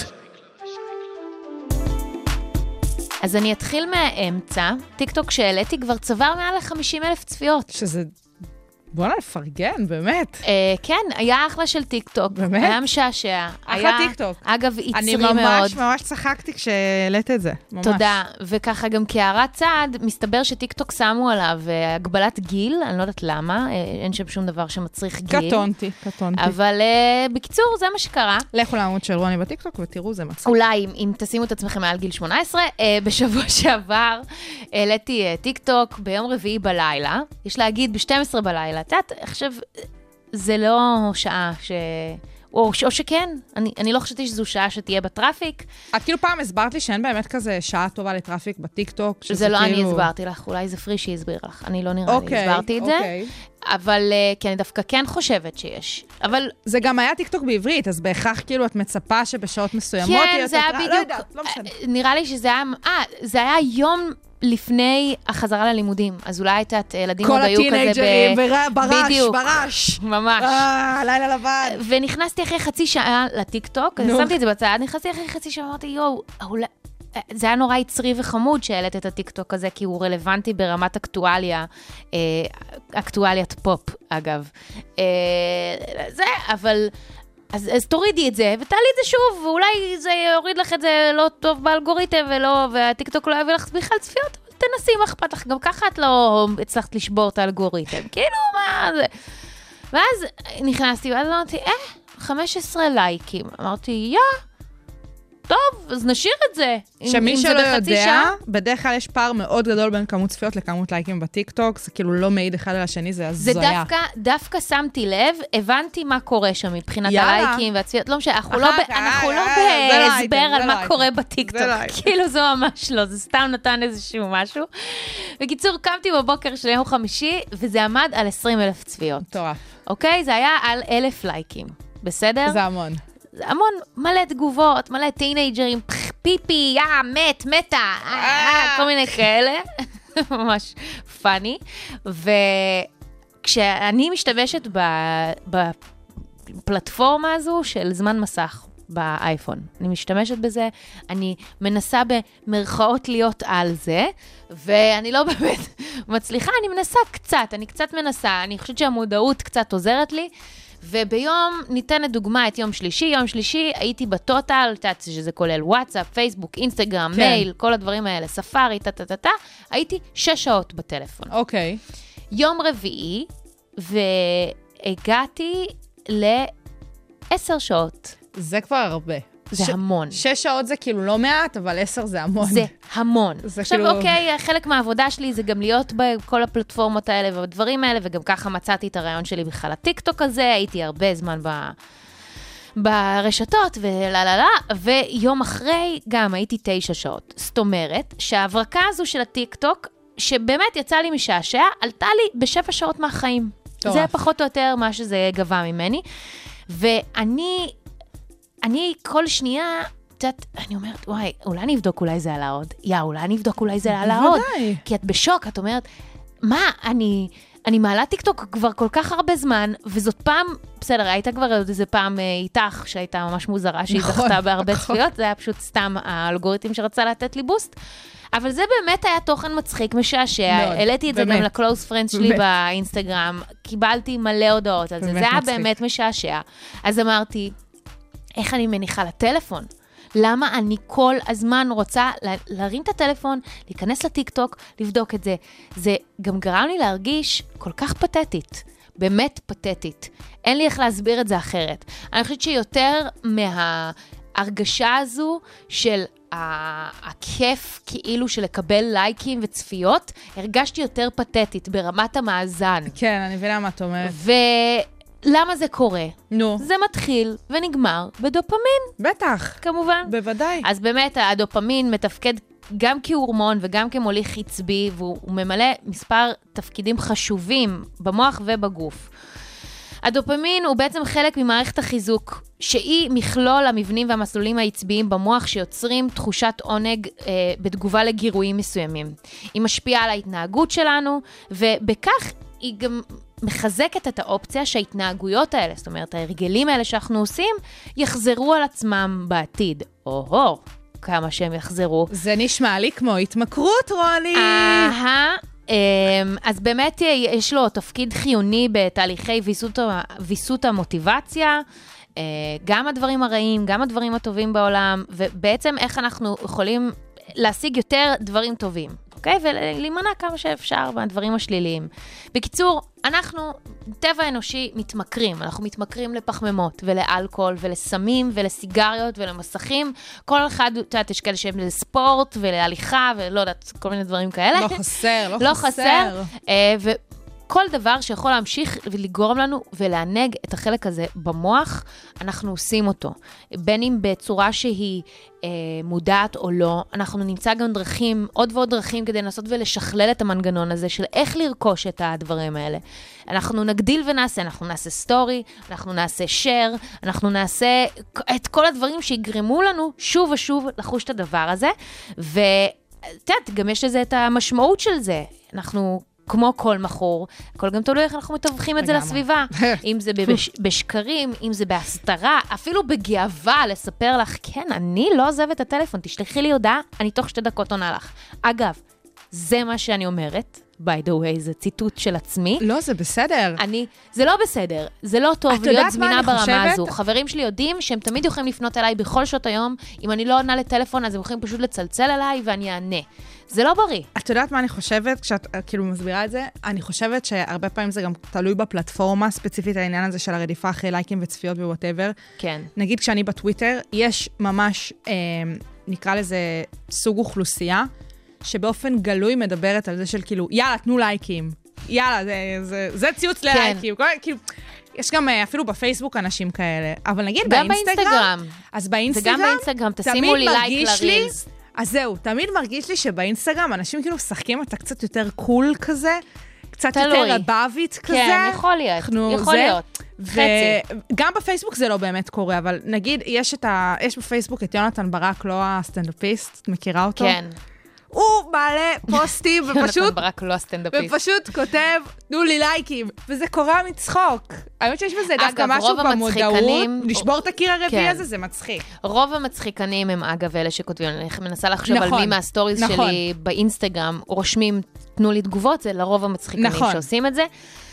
אז אני אתחיל מהאמצע. טיקטוק שהעליתי כבר צבר מעל 50,000 צפיות. שזה... בוא נפרגן, באמת. כן, היה אחלה של טיקטוק. באמת? היה משעשע. אחלה טיקטוק. אגב, יצרי אני מאוד. ממש צחקתי כשהעלית את זה. ממש. תודה. וככה גם כהערת צעד, מסתבר שטיקטוק שמו עליו הגבלת גיל, אני לא יודעת למה, אין שם שום דבר שמצריך גיל. קטונתי. אבל בקיצור, זה מה שקרה. לכו לעמוד של רוני בטיקטוק ותראו, זה מצחיק. אולי, אם תשימו את עצמכם מעל גיל 18, בשבוע שעבר העליתי טיקטוק ביום רביעי בלילה, יש להגיד ב-12 בלילה, עכשיו, זה לא שעה או שכן, אני לא חשבתי שזו שעה שתהיה בטראפיק. את כאילו פעם הסברת לי שאין באמת כזה שעה טובה לטראפיק בטיקטוק. זה לא אני הסברתי לך, אולי זה פרי שהסביר לך. אני לא נראה לי הסברתי את זה. אבל כי אני דווקא כן חושבת שיש. אבל זה גם היה טיקטוק בעברית, אז בהכרח כאילו את מצפה שבשעות מסוימות כן, זה היה בדיוק. לא משנה. נראה לי שזה היה, זה היה יום לפני החזרה לללימודים, אז אולי הייתה ילדים עוד היו כזה כל הטינג'רים ברש. ממש. לילה לבן. ונכנסתי אחרי חצי שעה לטיקטוק, אז שמתי את זה בצד, נכנסתי אחרי חצי שעה, אמרתי, יואו, זה היה נורא יצרי וחמוד שהעלית את הטיקטוק הזה, כי הוא רלוונטי ברמת אקטואליית פופ, אגב. זה, אבל... אז תורידי את זה, ותעלי את זה שוב, ואולי זה יוריד לך את זה לא טוב באלגוריתם, והטיקטוק לא יביא לך בכלל צפיות, אבל תנסי, מה אכפת לך, גם ככה את לא הצלחת לשבור את האלגוריתם, כאילו, מה זה? ואז נכנסתי, ואז אמרתי, 15 לייקים. אמרתי, טוב, אז נשאיר את זה. שמי שלא יודע, בדרך כלל יש פער מאוד גדול בין כמות צפיות לכמות לייקים בטיקטוק, זה כאילו לא מעיד אחד על השני, זה הזויה. זה דווקא שמתי לב, הבנתי מה קורה שם מבחינת הלייקים והצפיות, לא משנה, אנחנו לא בהסבר על מה קורה בטיקטוק, כאילו זה ממש לא, זה סתם נתן איזשהו משהו. בקיצור, קמתי בבוקר של יום חמישי, וזה עמד על 20,000 צפיות. טורף. אוקיי? זה היה על 1,000 לייקים, בסדר? זה המון. המון, מלא תגובות, מלא טינג'רים, פיפי, מתה, כל מיני כאלה. ממש פאני. וכשאני משתמשת בפלטפורמה הזו של זמן מסך באייפון, אני משתמשת בזה, אני מנסה במרכאות להיות על זה, ואני לא באמת מצליחה, אני מנסה קצת, אני חושבת שהמודעות קצת עוזרת לי, וביום, ניתנת דוגמה את יום שלישי הייתי בטוטל, שזה כולל וואטסאפ, פייסבוק, אינסטגרם, מייל, כל הדברים האלה, ספארי, הייתי 6 שעות בטלפון. אוקיי. יום רביעי, והגעתי ל10 שעות. זה כבר הרבה. זה המון. 6 שעות זה כאילו לא מעט, אבל 10 זה המון. זה המון. עכשיו, כאילו... אוקיי, חלק מהעבודה שלי זה גם להיות בכל הפלטפורמות האלה ובדברים האלה, וגם ככה מצאתי את הרעיון שלי בכלל הטיקטוק הזה, הייתי הרבה זמן ברשתות ויום אחרי גם הייתי 9 שעות. זאת אומרת, שההברקה הזו של הטיקטוק, שבאמת יצא לי משעשע, עלתה לי ב7 שעות מהחיים. זה פחות או יותר מה שזה גבה ממני. ואני כל שנייה, אני אומרת, וואי, אולי אני אבדוק, אולי זה עלה עוד. אולי אני אבדוק, אולי זה עלה עוד. כי את בשוק, את אומרת, מה, אני מעלה טיקטוק כבר כל כך הרבה זמן, וזאת פעם, בסדר, הייתה כבר איזה פעם איתך, שהייתה ממש מוזרה, שהיא דחתה בהרבה צפיות, זה היה פשוט סתם האלגוריתם שרצה לתת לי בוסט. אבל זה באמת היה תוכן מצחיק, משעשע. העליתי את זה גם לקלוס פרנדס שלי באינסטגרם, קיבלתי מלא הודעות על זה, זה היה באמת משעשע. אז אמרתי, איך אני מניחה לטלפון? למה אני כל הזמן רוצה להרים את הטלפון, להיכנס לטיקטוק, לבדוק את זה? זה גם גרם לי להרגיש כל כך פתטית, באמת פתטית. אין לי איך להסביר את זה אחרת. אני חושבת שיותר מההרגשה הזו של הכיף כאילו של לקבל לייקים וצפיות, הרגשתי יותר פתטית ברמת המאזן. כן, אני מבינה מה את אומרת. למה זה קורה? נו. זה מתחיל ונגמר בדופמין. בטח. כמובן. בוודאי. אז באמת הדופמין מתפקד גם כהורמון וגם כמוליך עצבי, והוא ממלא מספר תפקידים חשובים במוח ובגוף. הדופמין הוא בעצם חלק ממערכת החיזוק, שהיא מכלול המבנים והמסלולים העצביים במוח שיוצרים תחושת עונג בתגובה לגירויים מסוימים. היא משפיעה על ההתנהגות שלנו, ובכך היא גם מחזקת את האופציה שההתנהגויות האלה, זאת אומרת, ההרגלים האלה שאנחנו עושים, יחזרו על עצמם בעתיד. או-הו, כמה שהם יחזרו. זה נשמע לי כמו התמכרות, רוני. אז באמת יש לו תפקיד חיוני בתהליכי ויסות המוטיבציה, גם הדברים הרעים, גם הדברים הטובים בעולם, ובעצם איך אנחנו יכולים להשיג יותר דברים טובים, אוקיי? ולהימנע כמה שאפשר מהדברים השליליים. בקיצור, אנחנו, טבע אנושי, מתמכרים. אנחנו מתמכרים לפחמימות ולאלכוהול ולסמים ולסיגריות ולמסכים. כל אחד, יש כאלה שהם לספורט ולהליכה ולא יודעת, כל מיני דברים כאלה. לא חסר. כל דבר שיכול להמשיך ולגרום לנו ולענג את החלק הזה במוח, אנחנו עושים אותו. בין אם בצורה שהיא מודעת או לא, אנחנו נמצא גם דרכים, עוד ועוד דרכים כדי לנסות ולשכלל את המנגנון הזה של איך לרכוש את הדברים האלה. אנחנו נגדיל ונעשה, אנחנו נעשה סטורי, אנחנו נעשה שייר, אנחנו נעשה את כל הדברים שיגרמו לנו שוב ושוב לחוש את הדבר הזה, ותת, גם יש לזה את המשמעות של זה. אנחנו כמו כל מכור, הכל גם תלוי איך אנחנו מתווכים את זה לסביבה. אם זה בשקרים, אם זה בהסתרה, אפילו בגאווה לספר לך, כן, אני לא עוזב את הטלפון, תשלחי לי הודעה, אני תוך 2 דקות עונה לך. אגב, זה מה שאני אומרת, by the way, זה ציטוט של עצמי. לא, זה בסדר. זה לא בסדר, זה לא טוב להיות זמינה ברמה הזו. חברים שלי יודעים שהם תמיד יכולים לפנות אליי בכל שעות היום, אם אני לא עונה לטלפון, אז הם יכולים פשוט לצלצל אליי ואני אענה. זה לא בריא. את יודעת מה אני חושבת, כשאת כאילו מסבירה את זה? אני חושבת שהרבה פעמים זה גם תלוי בפלטפורמה, ספציפית העניין הזה של הרדיפה אחרי לייקים וצפיות ווואטאבר. כן. נגיד כשאני בטוויטר, יש ממש, נקרא לזה סוג אוכלוסייה, שבאופן גלוי מדברת על זה של כאילו, יאללה, תנו לייקים. יאללה, זה ציוץ ללייקים. כאילו, יש גם אפילו בפייסבוק אנשים כאלה. אבל נגיד באינסטגרם. אז באינסטגרם, וגם באינסטגרם, תשימו לי לייק לרילס. אז זהו, תמיד מרגיש לי שבאינסטגרם אנשים כאילו משחקים אותה קצת יותר קול כזה, קצת יותר אבאבית כזה. כן, יכול להיות. וגם בפייסבוק זה לא באמת קורה, אבל נגיד, יש בפייסבוק את יונתן ברק, לא הסטנדאפיסט, את מכירה אותו? כן. הוא מעלה פוסטים ופשוט כותב, תנו לי לייקים, וזה קורא מצחוק. האמת שיש בזה דווקא משהו במודעות, לשבור את הקיר הרביעי הזה, זה מצחיק. רוב המצחיקנים הם אגב אלה שכותבים, אני מנסה לחשוב על מי מהסטוריז שלי באינסטגרם, רושמים, תנו לי תגובות, זה לרוב המצחיקנים שעושים את זה.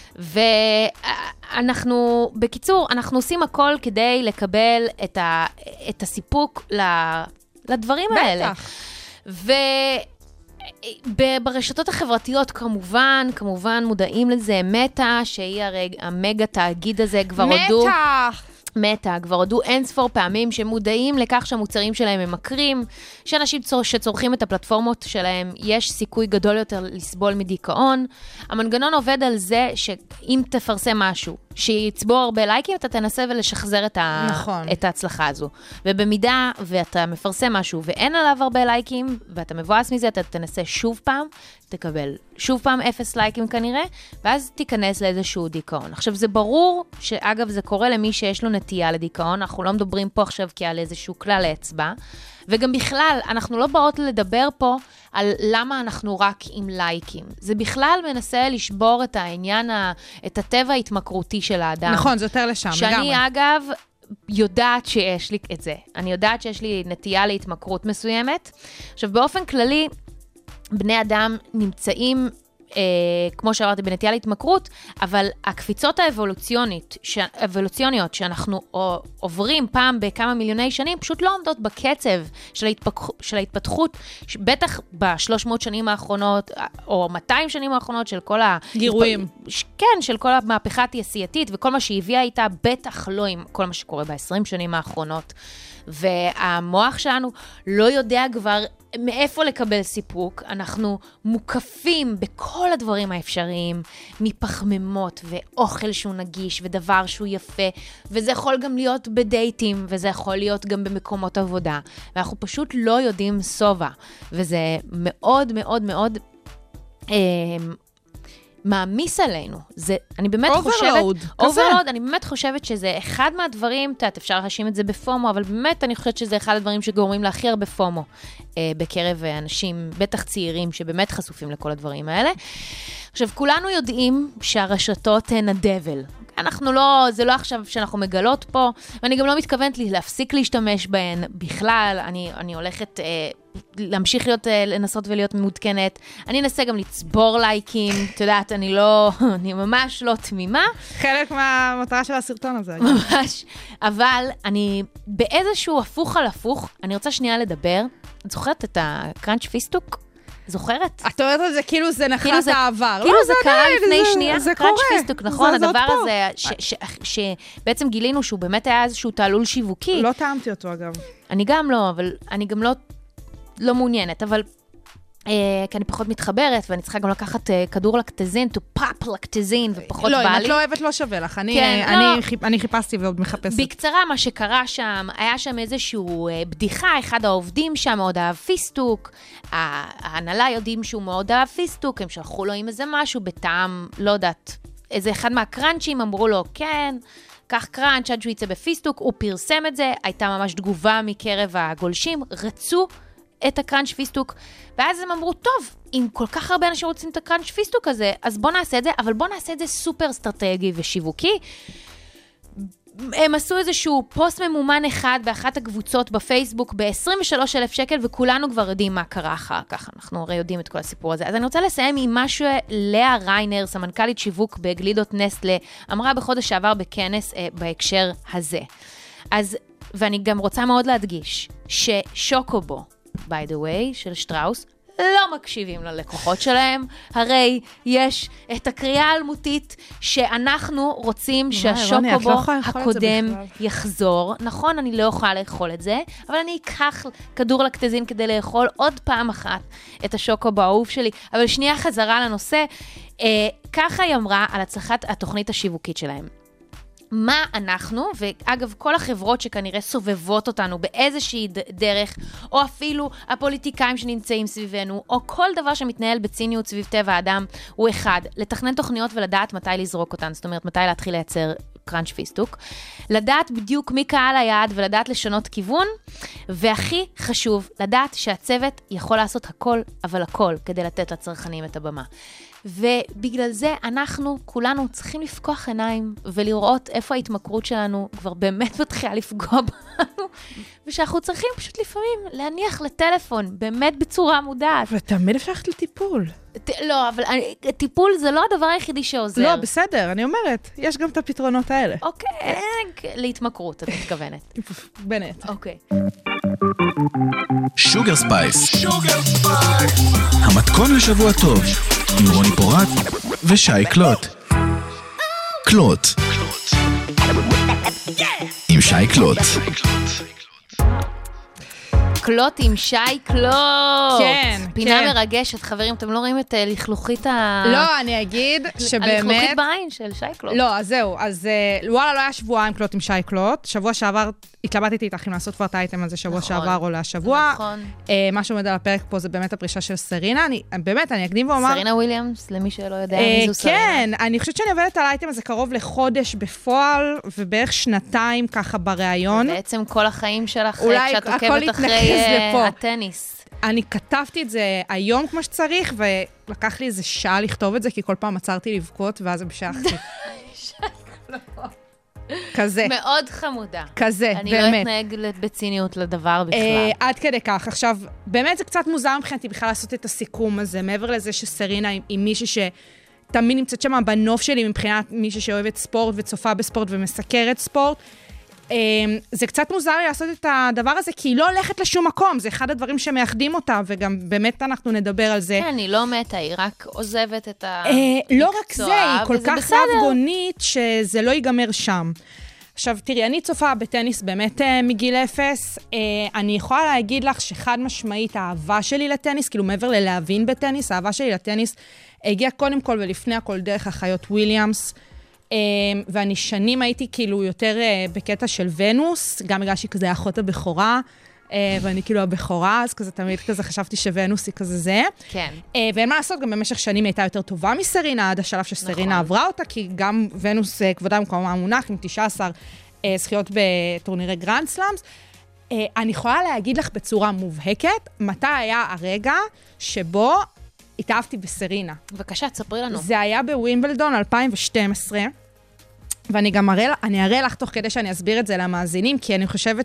ואנחנו, בקיצור, אנחנו עושים הכל כדי לקבל את הסיפוק לדברים האלה. בטח. וברשתות החברתיות כמובן מודעים לזה, מטה, שהיא המגה תאגיד הזה, כבר הודו אין ספור פעמים שמודעים לכך שהמוצרים שלהם הם מקרים, שאנשים שצורכים את הפלטפורמות שלהם, יש סיכוי גדול יותר לסבול מדיכאון. המנגנון עובד על זה שאם תפרסם משהו, שיצבור הרבה לייקים, אתה תנסה ולשחזר את ההצלחה הזו. ובמידה ואתה מפרסם משהו ואין עליו הרבה לייקים, ואתה מבואס מזה, אתה תנסה שוב פעם, תקבל שוב פעם 0 לייקים כנראה, ואז תיכנס לאיזשהו דיכאון. עכשיו זה ברור שאגב זה קורה למי שיש לו נטייה לדיכאון, אנחנו לא מדברים פה עכשיו כעל איזשהו כלל האצבע, וגם בכלל אנחנו לא באות לדבר פה על למה אנחנו רק עם לייקים. זה בכלל מנסה לשבור את העניין, את הטבע ההתמכרותי של האדם. נכון, זה יותר לשם, לגמרי. שאני אגב יודעת שיש לי את זה. אני יודעת שיש לי נטייה להתמכרות מסוימת. עכשיו באופן כללי, בני אדם נמצאים, כמו שאמרתי, בנטייה להתמכרות, אבל הקפיצות האבולוציוניות שאנחנו עוברים פעם בכמה מיליוני שנים, פשוט לא עומדות בקצב של ההתפתחות, בטח ב-300 שנים האחרונות, או 200 שנים האחרונות של כל גירויים. כן, של כל המהפכה התעשייתית, וכל מה שהביאה איתה, בטח לא עם כל מה שקורה ב-20 שנים האחרונות. והמוח שלנו לא יודע כבר מאיפה לקבל סיפוק? אנחנו מוקפים בכל הדברים האפשריים, מפחמימות ואוכל שהוא נגיש ודבר שהוא יפה, וזה יכול גם להיות בדייטים, וזה יכול להיות גם במקומות עבודה, ואנחנו פשוט לא יודעים סובה, וזה מאוד מאוד מאוד מעמיס עלינו. אני באמת overload, אני באמת חושבת שזה אחד מהדברים, אפשר להאשים את זה בפומו, אבל באמת אני חושבת שזה אחד הדברים שגורמים להכי הרבה פומו בקרב אנשים, בטח צעירים, שבאמת חשופים לכל הדברים האלה. עכשיו, כולנו יודעים שהרשתות הן הדבל. זה לא עכשיו שאנחנו מגלות פה, ואני גם לא מתכוונת להפסיק להשתמש בהן בכלל, אני הולכת להמשיך לנסות ולהיות מעודכנת, אני אנסה גם לצבור לייקים, את יודעת, אני ממש לא תמימה. חלק מהמטרה של הסרטון הזה. ממש, אבל אני באיזשהו הפוך על הפוך, אני רוצה שנייה לדבר, את זוכרת את הקראנץ' פיסטוק? זוכרת? את אומרת על זה כאילו זה נחלת העבר. כאילו זה קרה לפני שנייה. זה קורה. קראנץ' פיסטוק, נכון? הדבר הזה שבעצם גילינו שהוא באמת היה איזשהו תעלול שיווקי. לא טעמתי אותו אגב. אני גם לא, אבל אני גם לא מעוניינת, אבל כי אני פחות מתחברת, ואני צריכה גם לקחת כדור לקטזין, to pop לקטזין, ופחות בא לי. לא, אם את לא אוהבת, לא שווה לך. אני חיפשתי ועוד מחפשת. בקצרה, מה שקרה שם, היה שם איזשהו בדיחה, אחד העובדים שם מאוד אהב פיסטוק, ההנהלה יודעים שהוא מאוד אהב פיסטוק, הם שלחו לו עם איזה משהו בטעם, לא יודעת, איזה אחד מהקראנצ'ים אמרו לו, כן, כך קראנץ' עד שהוא יצא בפיסטוק, הוא פרסם את זה, הייתה ממש תגובה מקרב הגולשים, רצו את הקראנץ' פיסטוק, ואז הם אמרו, טוב, אם כל כך הרבה אנשים רוצים את הקראנץ' פיסטוק הזה, אז בוא נעשה את זה, אבל בוא נעשה את זה סופר אסטרטגי ושיווקי. הם עשו איזשהו פוסט ממומן אחד באחת הקבוצות בפייסבוק ב-23,000 שקל, וכולנו כבר יודעים מה קרה אחר כך, אנחנו הרי יודעים את כל הסיפור הזה. אז אני רוצה לסיים עם משהו לאה ריינר, סמנכ"לית שיווק בגלידות נסטלה, אמרה בחודש שעבר בכנס בהקשר הזה. אז, ואני גם רוצה מאוד להדגיש, ששוקובו, by the way, של שטראוס, לא מקשיבים ללקוחות שלהם, הרי יש את הקריאה האלמותית שאנחנו רוצים שהשוקובו הקודם יחזור. נכון, אני לא יכולה לאכול את זה, אבל אני אקח כדור לקטזין כדי לאכול עוד פעם אחת את השוקובו האהוב שלי. אבל שנייה חזרה לנושא, ככה היא אמרה על הצלחת התוכנית השיווקית שלהם. מה אנחנו, ואגב, כל החברות שכנראה סובבות אותנו באיזושהי דרך, או אפילו הפוליטיקאים שנמצאים סביבנו, או כל דבר שמתנהל בציניות סביב טבע האדם, הוא אחד, לתכנן תוכניות ולדעת מתי לזרוק אותן, זאת אומרת, מתי להתחיל לייצר קראנץ' פיסטוק, לדעת בדיוק מי קהל היעד ולדעת לשנות כיוון, והכי חשוב, לדעת שהצוות יכול לעשות הכל, אבל הכל, כדי לתת לצרכנים את הבמה. ובגלל זה אנחנו כולנו צריכים לפקוח עיניים ולראות איפה ההתמכרות שלנו כבר באמת מתחילה לפגוע בנו, ושאנחנו צריכים פשוט לפעמים להניח לטלפון, באמת בצורה מודעת. ותמיד אפשר ללכת לטיפול. לא, אבל טיפול זה לא הדבר היחידי שעוזר. לא, בסדר, אני אומרת, יש גם את הפתרונות האלה. אוקיי, להתמכרות, את מתכוונת. בנט. אוקיי. שוגר ספייס. המתכון לשבוע טוב. עם רוני פורט ושי קלוט. קלוט. עם שי קלוט. קלוט עם שי קלוט. כן, פינה כן. מרגשת, חברים, אתם לא רואים את לכלוכית לא, אני אגיד שבאמת... הלכלוכית בעין של שי קלוט. לא, אז זהו, אז וואלה, לא היה שבועיים קלוט עם שי קלוט. שבוע שעבר התלבטתי איתך אם לעשות כבר את האייטם הזה שבוע שעבר או להשבוע. נכון. מה שעומד על הפרק פה זה באמת הפרישה של סרינה. באמת, אני אקדים ואומר... סרינה וויליאמס, למי שלא יודע מי זו סרינה. כן, אני חושבת שאני עובדת על האייטם הזה קרוב לחודש בפועל, ובערך שנתיים ככה בראיון. בעצם כל החיים שלך, כשאת הכל עוקבת אחרי לפה. הטניס. אני כתבתי את זה היום כמו שצריך, ולקח לי איזה שעה לכתוב את זה, כי כל פעם עצרתי לבכות, ואז המשכתי. כזה. מאוד חמודה. כזה, באמת. אני לא אתנהג בציניות לדבר בכלל. עד כדי כך. עכשיו, באמת זה קצת מוזר מבחינתי בכלל לעשות את הסיכום הזה, מעבר לזה שסרינה היא מישהי שתמיד נמצאת שם בנוף שלי, מבחינת מישהי שאוהבת ספורט וצופה בספורט ומסקרת ספורט. זה קצת מוזר לי לעשות את הדבר הזה, כי היא לא הולכת לשום מקום, זה אחד הדברים שמאחדים אותה, וגם באמת אנחנו נדבר על זה. כן, היא לא מתה, היא רק עוזבת את המקצוע. לא רק זה, היא כל כך רבגונית שזה לא ייגמר שם. עכשיו, תראי, אני צופה בטניס באמת מגיל 0. אני יכולה להגיד לך שחד משמעית האהבה שלי לטניס, כאילו מעבר ללהבין בטניס, האהבה שלי לטניס הגיעה קודם כל ולפני הכל דרך אחיות וויליאמס, ואני שנים הייתי כאילו יותר בקטע של ונוס, גם בגלל שהיא כזה אחות הבכורה, ואני כאילו הבכורה, אז כזה תמיד כזה חשבתי שוונוס היא כזה זה. כן. ואין מה לעשות, גם במשך שנים הייתה יותר טובה מסרינה, עד השלב שסרינה עברה אותה, כי גם ונוס כבודה במקומה המונח, עם 19 זכיות בטורנירי גרנד סלאמס. אני יכולה להגיד לך בצורה מובהקת, מתי היה הרגע שבו התאהבתי בסרינה. בבקשה, תספרי לנו. זה היה בווימבלדון 2012, ואני גם אראה לך תוך כדי שאני אסביר את זה למאזינים, כי אני חושבת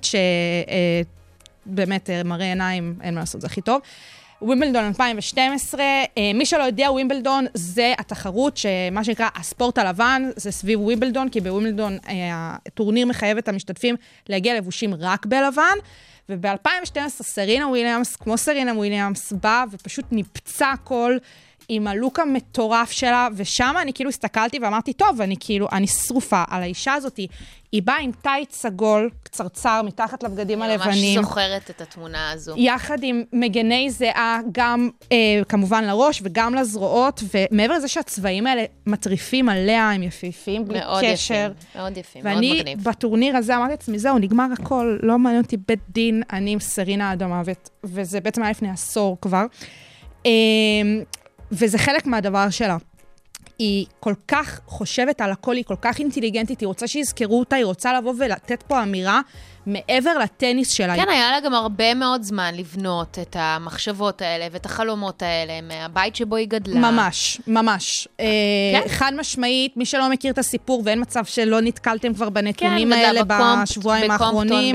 באמת מראה עיניים, אין מה לעשות, זה הכי טוב. ווימבלדון 2012, מי שלא יודע, ווימבלדון זה התחרות שמה שנקרא הספורט הלבן, זה סביב ווימבלדון, כי בווימבלדון הטורניר מחייב את המשתתפים להגיע לבושים רק בלבן, וב-2012 סרינה וויליאמס, כמו סרינה וויליאמס, באה ופשוט נפצע כל עם הלוק המטורף שלה, ושם אני כאילו הסתכלתי ואמרתי, טוב, אני שרופה על האישה הזאת, היא באה עם טייט סגול, קצרצר, מתחת לבגדים הלבנים. אני ממש זוכרת את התמונה הזו. יחד עם מגני זהה, גם כמובן לראש וגם לזרועות, ומעבר לזה שהצבעים האלה מטריפים עליה, הם יפיפים, בלי קשר. מאוד יפים, מאוד מגניב. ואני בטורניר הזה אמרתי לעצמי, זהו, נגמר הכל, לא מעניין אותי בית דין, אני עם סרינה עד המוות, וזה בעצם היה לפני עשור כבר. וזה חלק מהדבר שלה. היא כל כך חושבת על הכל, היא כל כך אינטליגנטית, היא רוצה שיזכרו אותה, היא רוצה לבוא ולתת פה אמירה מעבר לטניס שלה. כן, היה לה גם הרבה מאוד זמן לבנות את המחשבות האלה ואת החלומות האלה מהבית שבו היא גדלה. ממש, ממש. חד משמעית, מי שלא מכיר את הסיפור, ואין מצב שלא נתקלתם כבר בנתונים האלה בשבועיים האחרונים.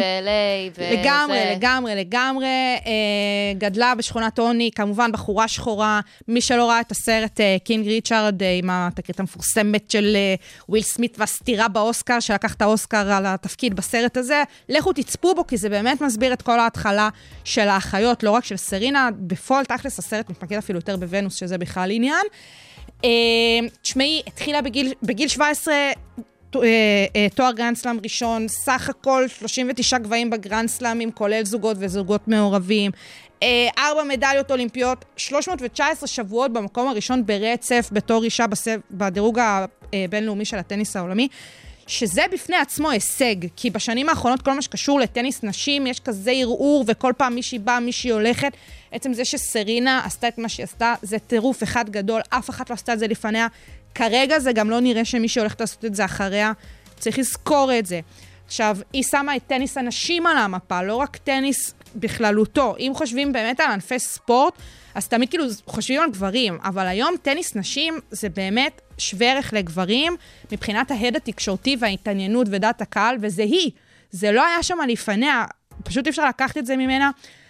לגמרי. גדלה בשכונת עוני, כמובן בחורה שחורה. מי שלא ראה את הסרט קינג ריצ'ארד, עם התקרית המפורסמת של וויל סמית והסתירה באוסקר, שלקח את האוסקר על התפקיד בסרט הזה, לכו תצפו בו, כי זה באמת מסביר את כל ההתחלה של האחיות, לא רק של סרינה, בפועל תכלס הסרט מתמקד אפילו יותר בוונוס, שזה בכלל עניין. תשמעי, התחילה בגיל 17, תואר גרנד סלאם ראשון, סך הכל 39 גבהים בגרנד סלאמים, כולל זוגות וזוגות מעורבים, 4 מדליות אולימפיות, 319 שבועות במקום הראשון ברצף, בתור אישה בדירוג הבינלאומי של הטניס העולמי, שזה בפני עצמו הישג, כי בשנים האחרונות כל מה שקשור לטניס נשים, יש כזה ערעור, וכל פעם מישהי באה, מישהי הולכת. עצם זה שסרינה עשתה את מה שהיא עשתה, זה טירוף אחד גדול, אף אחת לא עשתה את זה לפניה. כרגע זה גם לא נראה שמישהי הולכת לעשות את זה אחריה. צריך לזכור את זה. עכשיו, היא שמה את טניס הנשים על המפה, לא רק טניס בכללותו. אם חושבים באמת על ענפי ספורט, אז תמיד כאילו חושבים על גברים, אבל היום טניס נשים זה באמת שווה ערך לגברים, מבחינת ההד התקשורתי וההתעניינות ודעת הקהל, וזה היא. זה לא היה שם לפניה, פשוט אפשר לקחת את זה ממנה.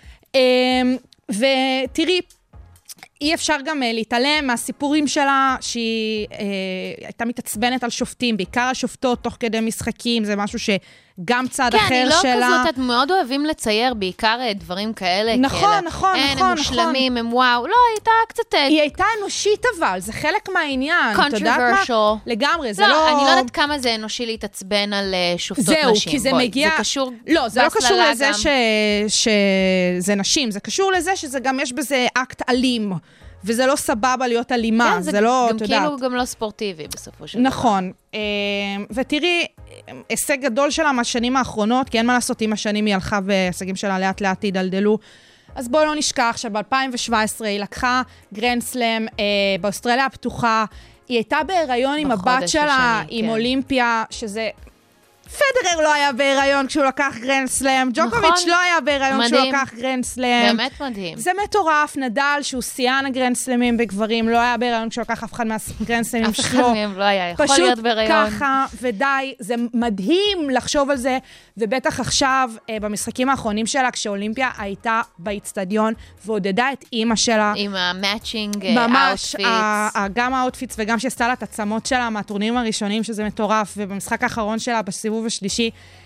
ותראי, אי אפשר גם להתעלם מהסיפורים שלה, שהיא הייתה מתעצבנת על שופטים, בעיקר השופטות תוך כדי משחקים, זה משהו שגם צד אחר שלה. כן, היא לא כזאת, את מאוד אוהבים לצייר בעיקר דברים כאלה. נכון. הם מושלמים, הם וואו. לא, היא הייתה קצת... היא הייתה אנושית אבל, זה חלק מהעניין. controversial. לגמרי, זה לא... אני לא יודעת כמה זה אנושי להתעצבן על שופטות נשים. זהו, כי זה מגיע... זה קשור... לא, זה לא קשור לזה שזה נשים, זה קשור לזה שזה גם יש בזה אקט אלים. וזה לא סבבה להיות אלימה, זה לא, גם כאילו גם לא ספורטיבי בסופו של דבר. נכון. ותראי, הישג גדול שלה מהשנים האחרונות, כי אין מה לעשות עם השנים היא הלכה והישגים שלה לאט לאט הידלדלו. אז בואו לא נשכח שב-2017 היא לקחה גרנד סלאם באוסטרליה הפתוחה, היא הייתה בהיריון עם הבת שלה, עם אולימפיה, שזה... פדרר לא היה בהיריון כשהוא לקח גרנד סלאם, ג'וקוביץ' לא היה בהיריון כשהוא לקח גרנד סלאם. באמת מדהים. זה מטורף, נדל שהוא שיאן הגרנד סלאמים בגברים, לא היה בהיריון כשהוא לקח אף אחד מהגרנד סלאמים שלו. אף אחד מהם לא היה יכול להיות בהיריון. פשוט ככה, ודי, זה מדהים לחשוב על זה, ובטח עכשיו, במשחקים האחרונים שלה, כשאולימפיה הייתה באצטדיון, ועודדה את אימא שלה. עם המאצ'ינג האוטפיטס. גם האוטפיטס וגם שעשתה לה את עצמות שלה מהטורנירים הראשונים, שזה מטורף, ובמשחק האחרון שלה, בסיבוב השלישי,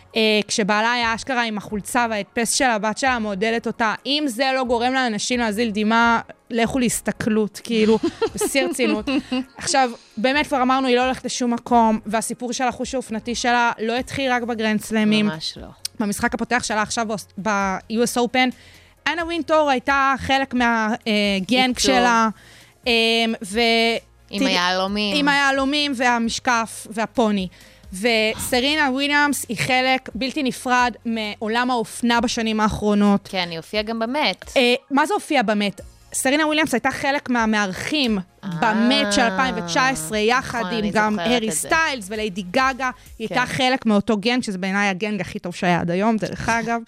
כשבעלה היה אשכרה עם החולצה וההדפס של הבת שלה מודדת אותה, אם זה לא גורם לאנשים להזיל דמעה, לכו להסתכלות, כאילו, בסיר צינות. עכשיו, באמת כבר אמרנו, היא לא הולכת לשום מקום, והסיפור של החוש האופנתי שלה לא התחיל רק בגרנד סלמים. ממש לא. במשחק הפותח שלה עכשיו ב-US Open, אנה וינטור הייתה חלק מהגנג שלה, עם היהלומים. עם היהלומים והמשקף והפוני. וסרינה וויליאמס היא חלק בלתי נפרד מעולם האופנה בשנים האחרונות. כן, היא הופיעה גם במט. מה זה הופיע במט? סרינה וויליאמס הייתה חלק מהמארחים במט של 2019, יחד עם גם הרי סטיילס וליידי גגה. היא הייתה חלק מאותו גנג, שזה בעיניי הגנג הכי טוב שהיה עד היום, דרך אגב.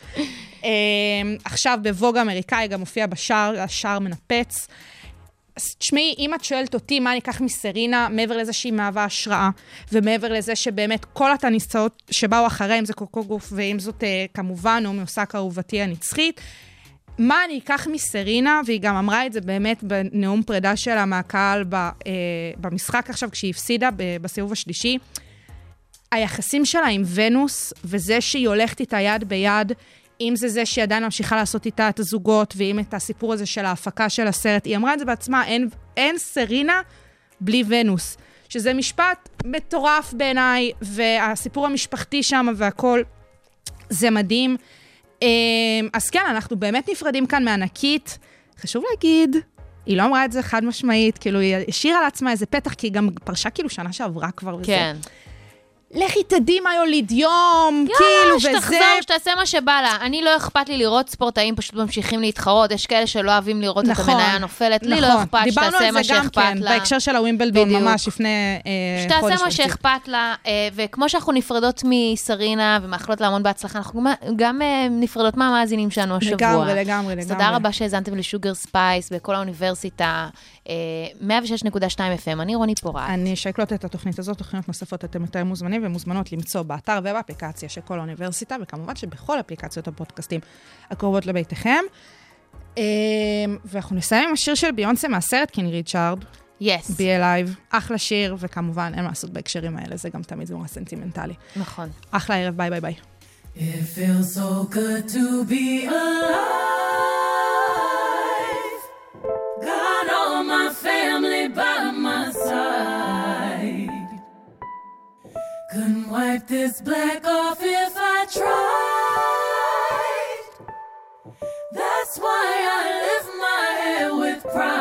עכשיו בווג האמריקאי גם הופיע בשער, השער מנפץ. תשמעי, אם את שואלת אותי מה אני אקח מסרינה, מעבר לזה שהיא מהווה השראה, ומעבר לזה שבאמת כל התניסות שבאו אחרי, אם זה קוקו גוף, ואם זאת כמובן, או מאוסק אהובתי הנצחית, מה אני אקח מסרינה, והיא גם אמרה את זה באמת בנאום פרידה שלה מהקהל במשחק עכשיו, כשהיא הפסידה בסיבוב השלישי, היחסים שלה עם ונוס, וזה שהיא הולכת איתה יד ביד, אם זה שהיא עדיין ממשיכה לעשות איתה את הזוגות, ואם את הסיפור הזה של ההפקה של הסרט, היא אמרה את זה בעצמה, אין סרינה בלי ונוס, שזה משפט מטורף בעיניי, והסיפור המשפחתי שם והכל, זה מדהים. אז כן, אנחנו באמת נפרדים כאן מענקית. חשוב להגיד, היא לא אמרה את זה חד משמעית, כאילו היא השאירה לעצמה איזה פתח, כי היא גם פרשה כאילו שנה שעברה כבר וזה. כן. לכי תדעי מה יוליד יום, כאילו, וזה... שתחזור, שתעשה מה שבא לה. אני לא אכפת לי לראות ספורטאים פשוט ממשיכים להתחרות, יש כאלה שלא אוהבים לראות את המניה נופלת, לי לא אכפת שתעשה מה שאכפת לה. בהקשר של הווימבלדון ממש לפני חודש. שתעשה מה שאכפת לה, וכמו שאנחנו נפרדות מסרינה ומאחלות להמון בהצלחה, אנחנו גם נפרדות מהמאזינים שלנו השבוע. לגמרי. אז תודה רבה שהזנתם לשוגר ספייס בכל האוניברסיטה, 106.2 FM, אני רוני פורט. אני אשקלוט את התוכנית הזאת, תוכניות נוספות אתם יותר מוזמנים ומוזמנות למצוא באתר ובאפליקציה של כל האוניברסיטה, וכמובן שבכל אפליקציות הפודקאסטים הקרובות לביתכם. ואנחנו נסיים עם השיר של ביונסה מהסרט קיני ריצ'ארד. Yes. Be Alive. אחלה שיר, וכמובן אין מה לעשות בהקשרים האלה, זה גם תמיד נורא סנטימנטלי. נכון. אחלה ערב, ביי ביי ביי. It feels so good to be alive. Got all my family by my side. Couldn't wipe this black off if I tried. That's why I lift my head with pride.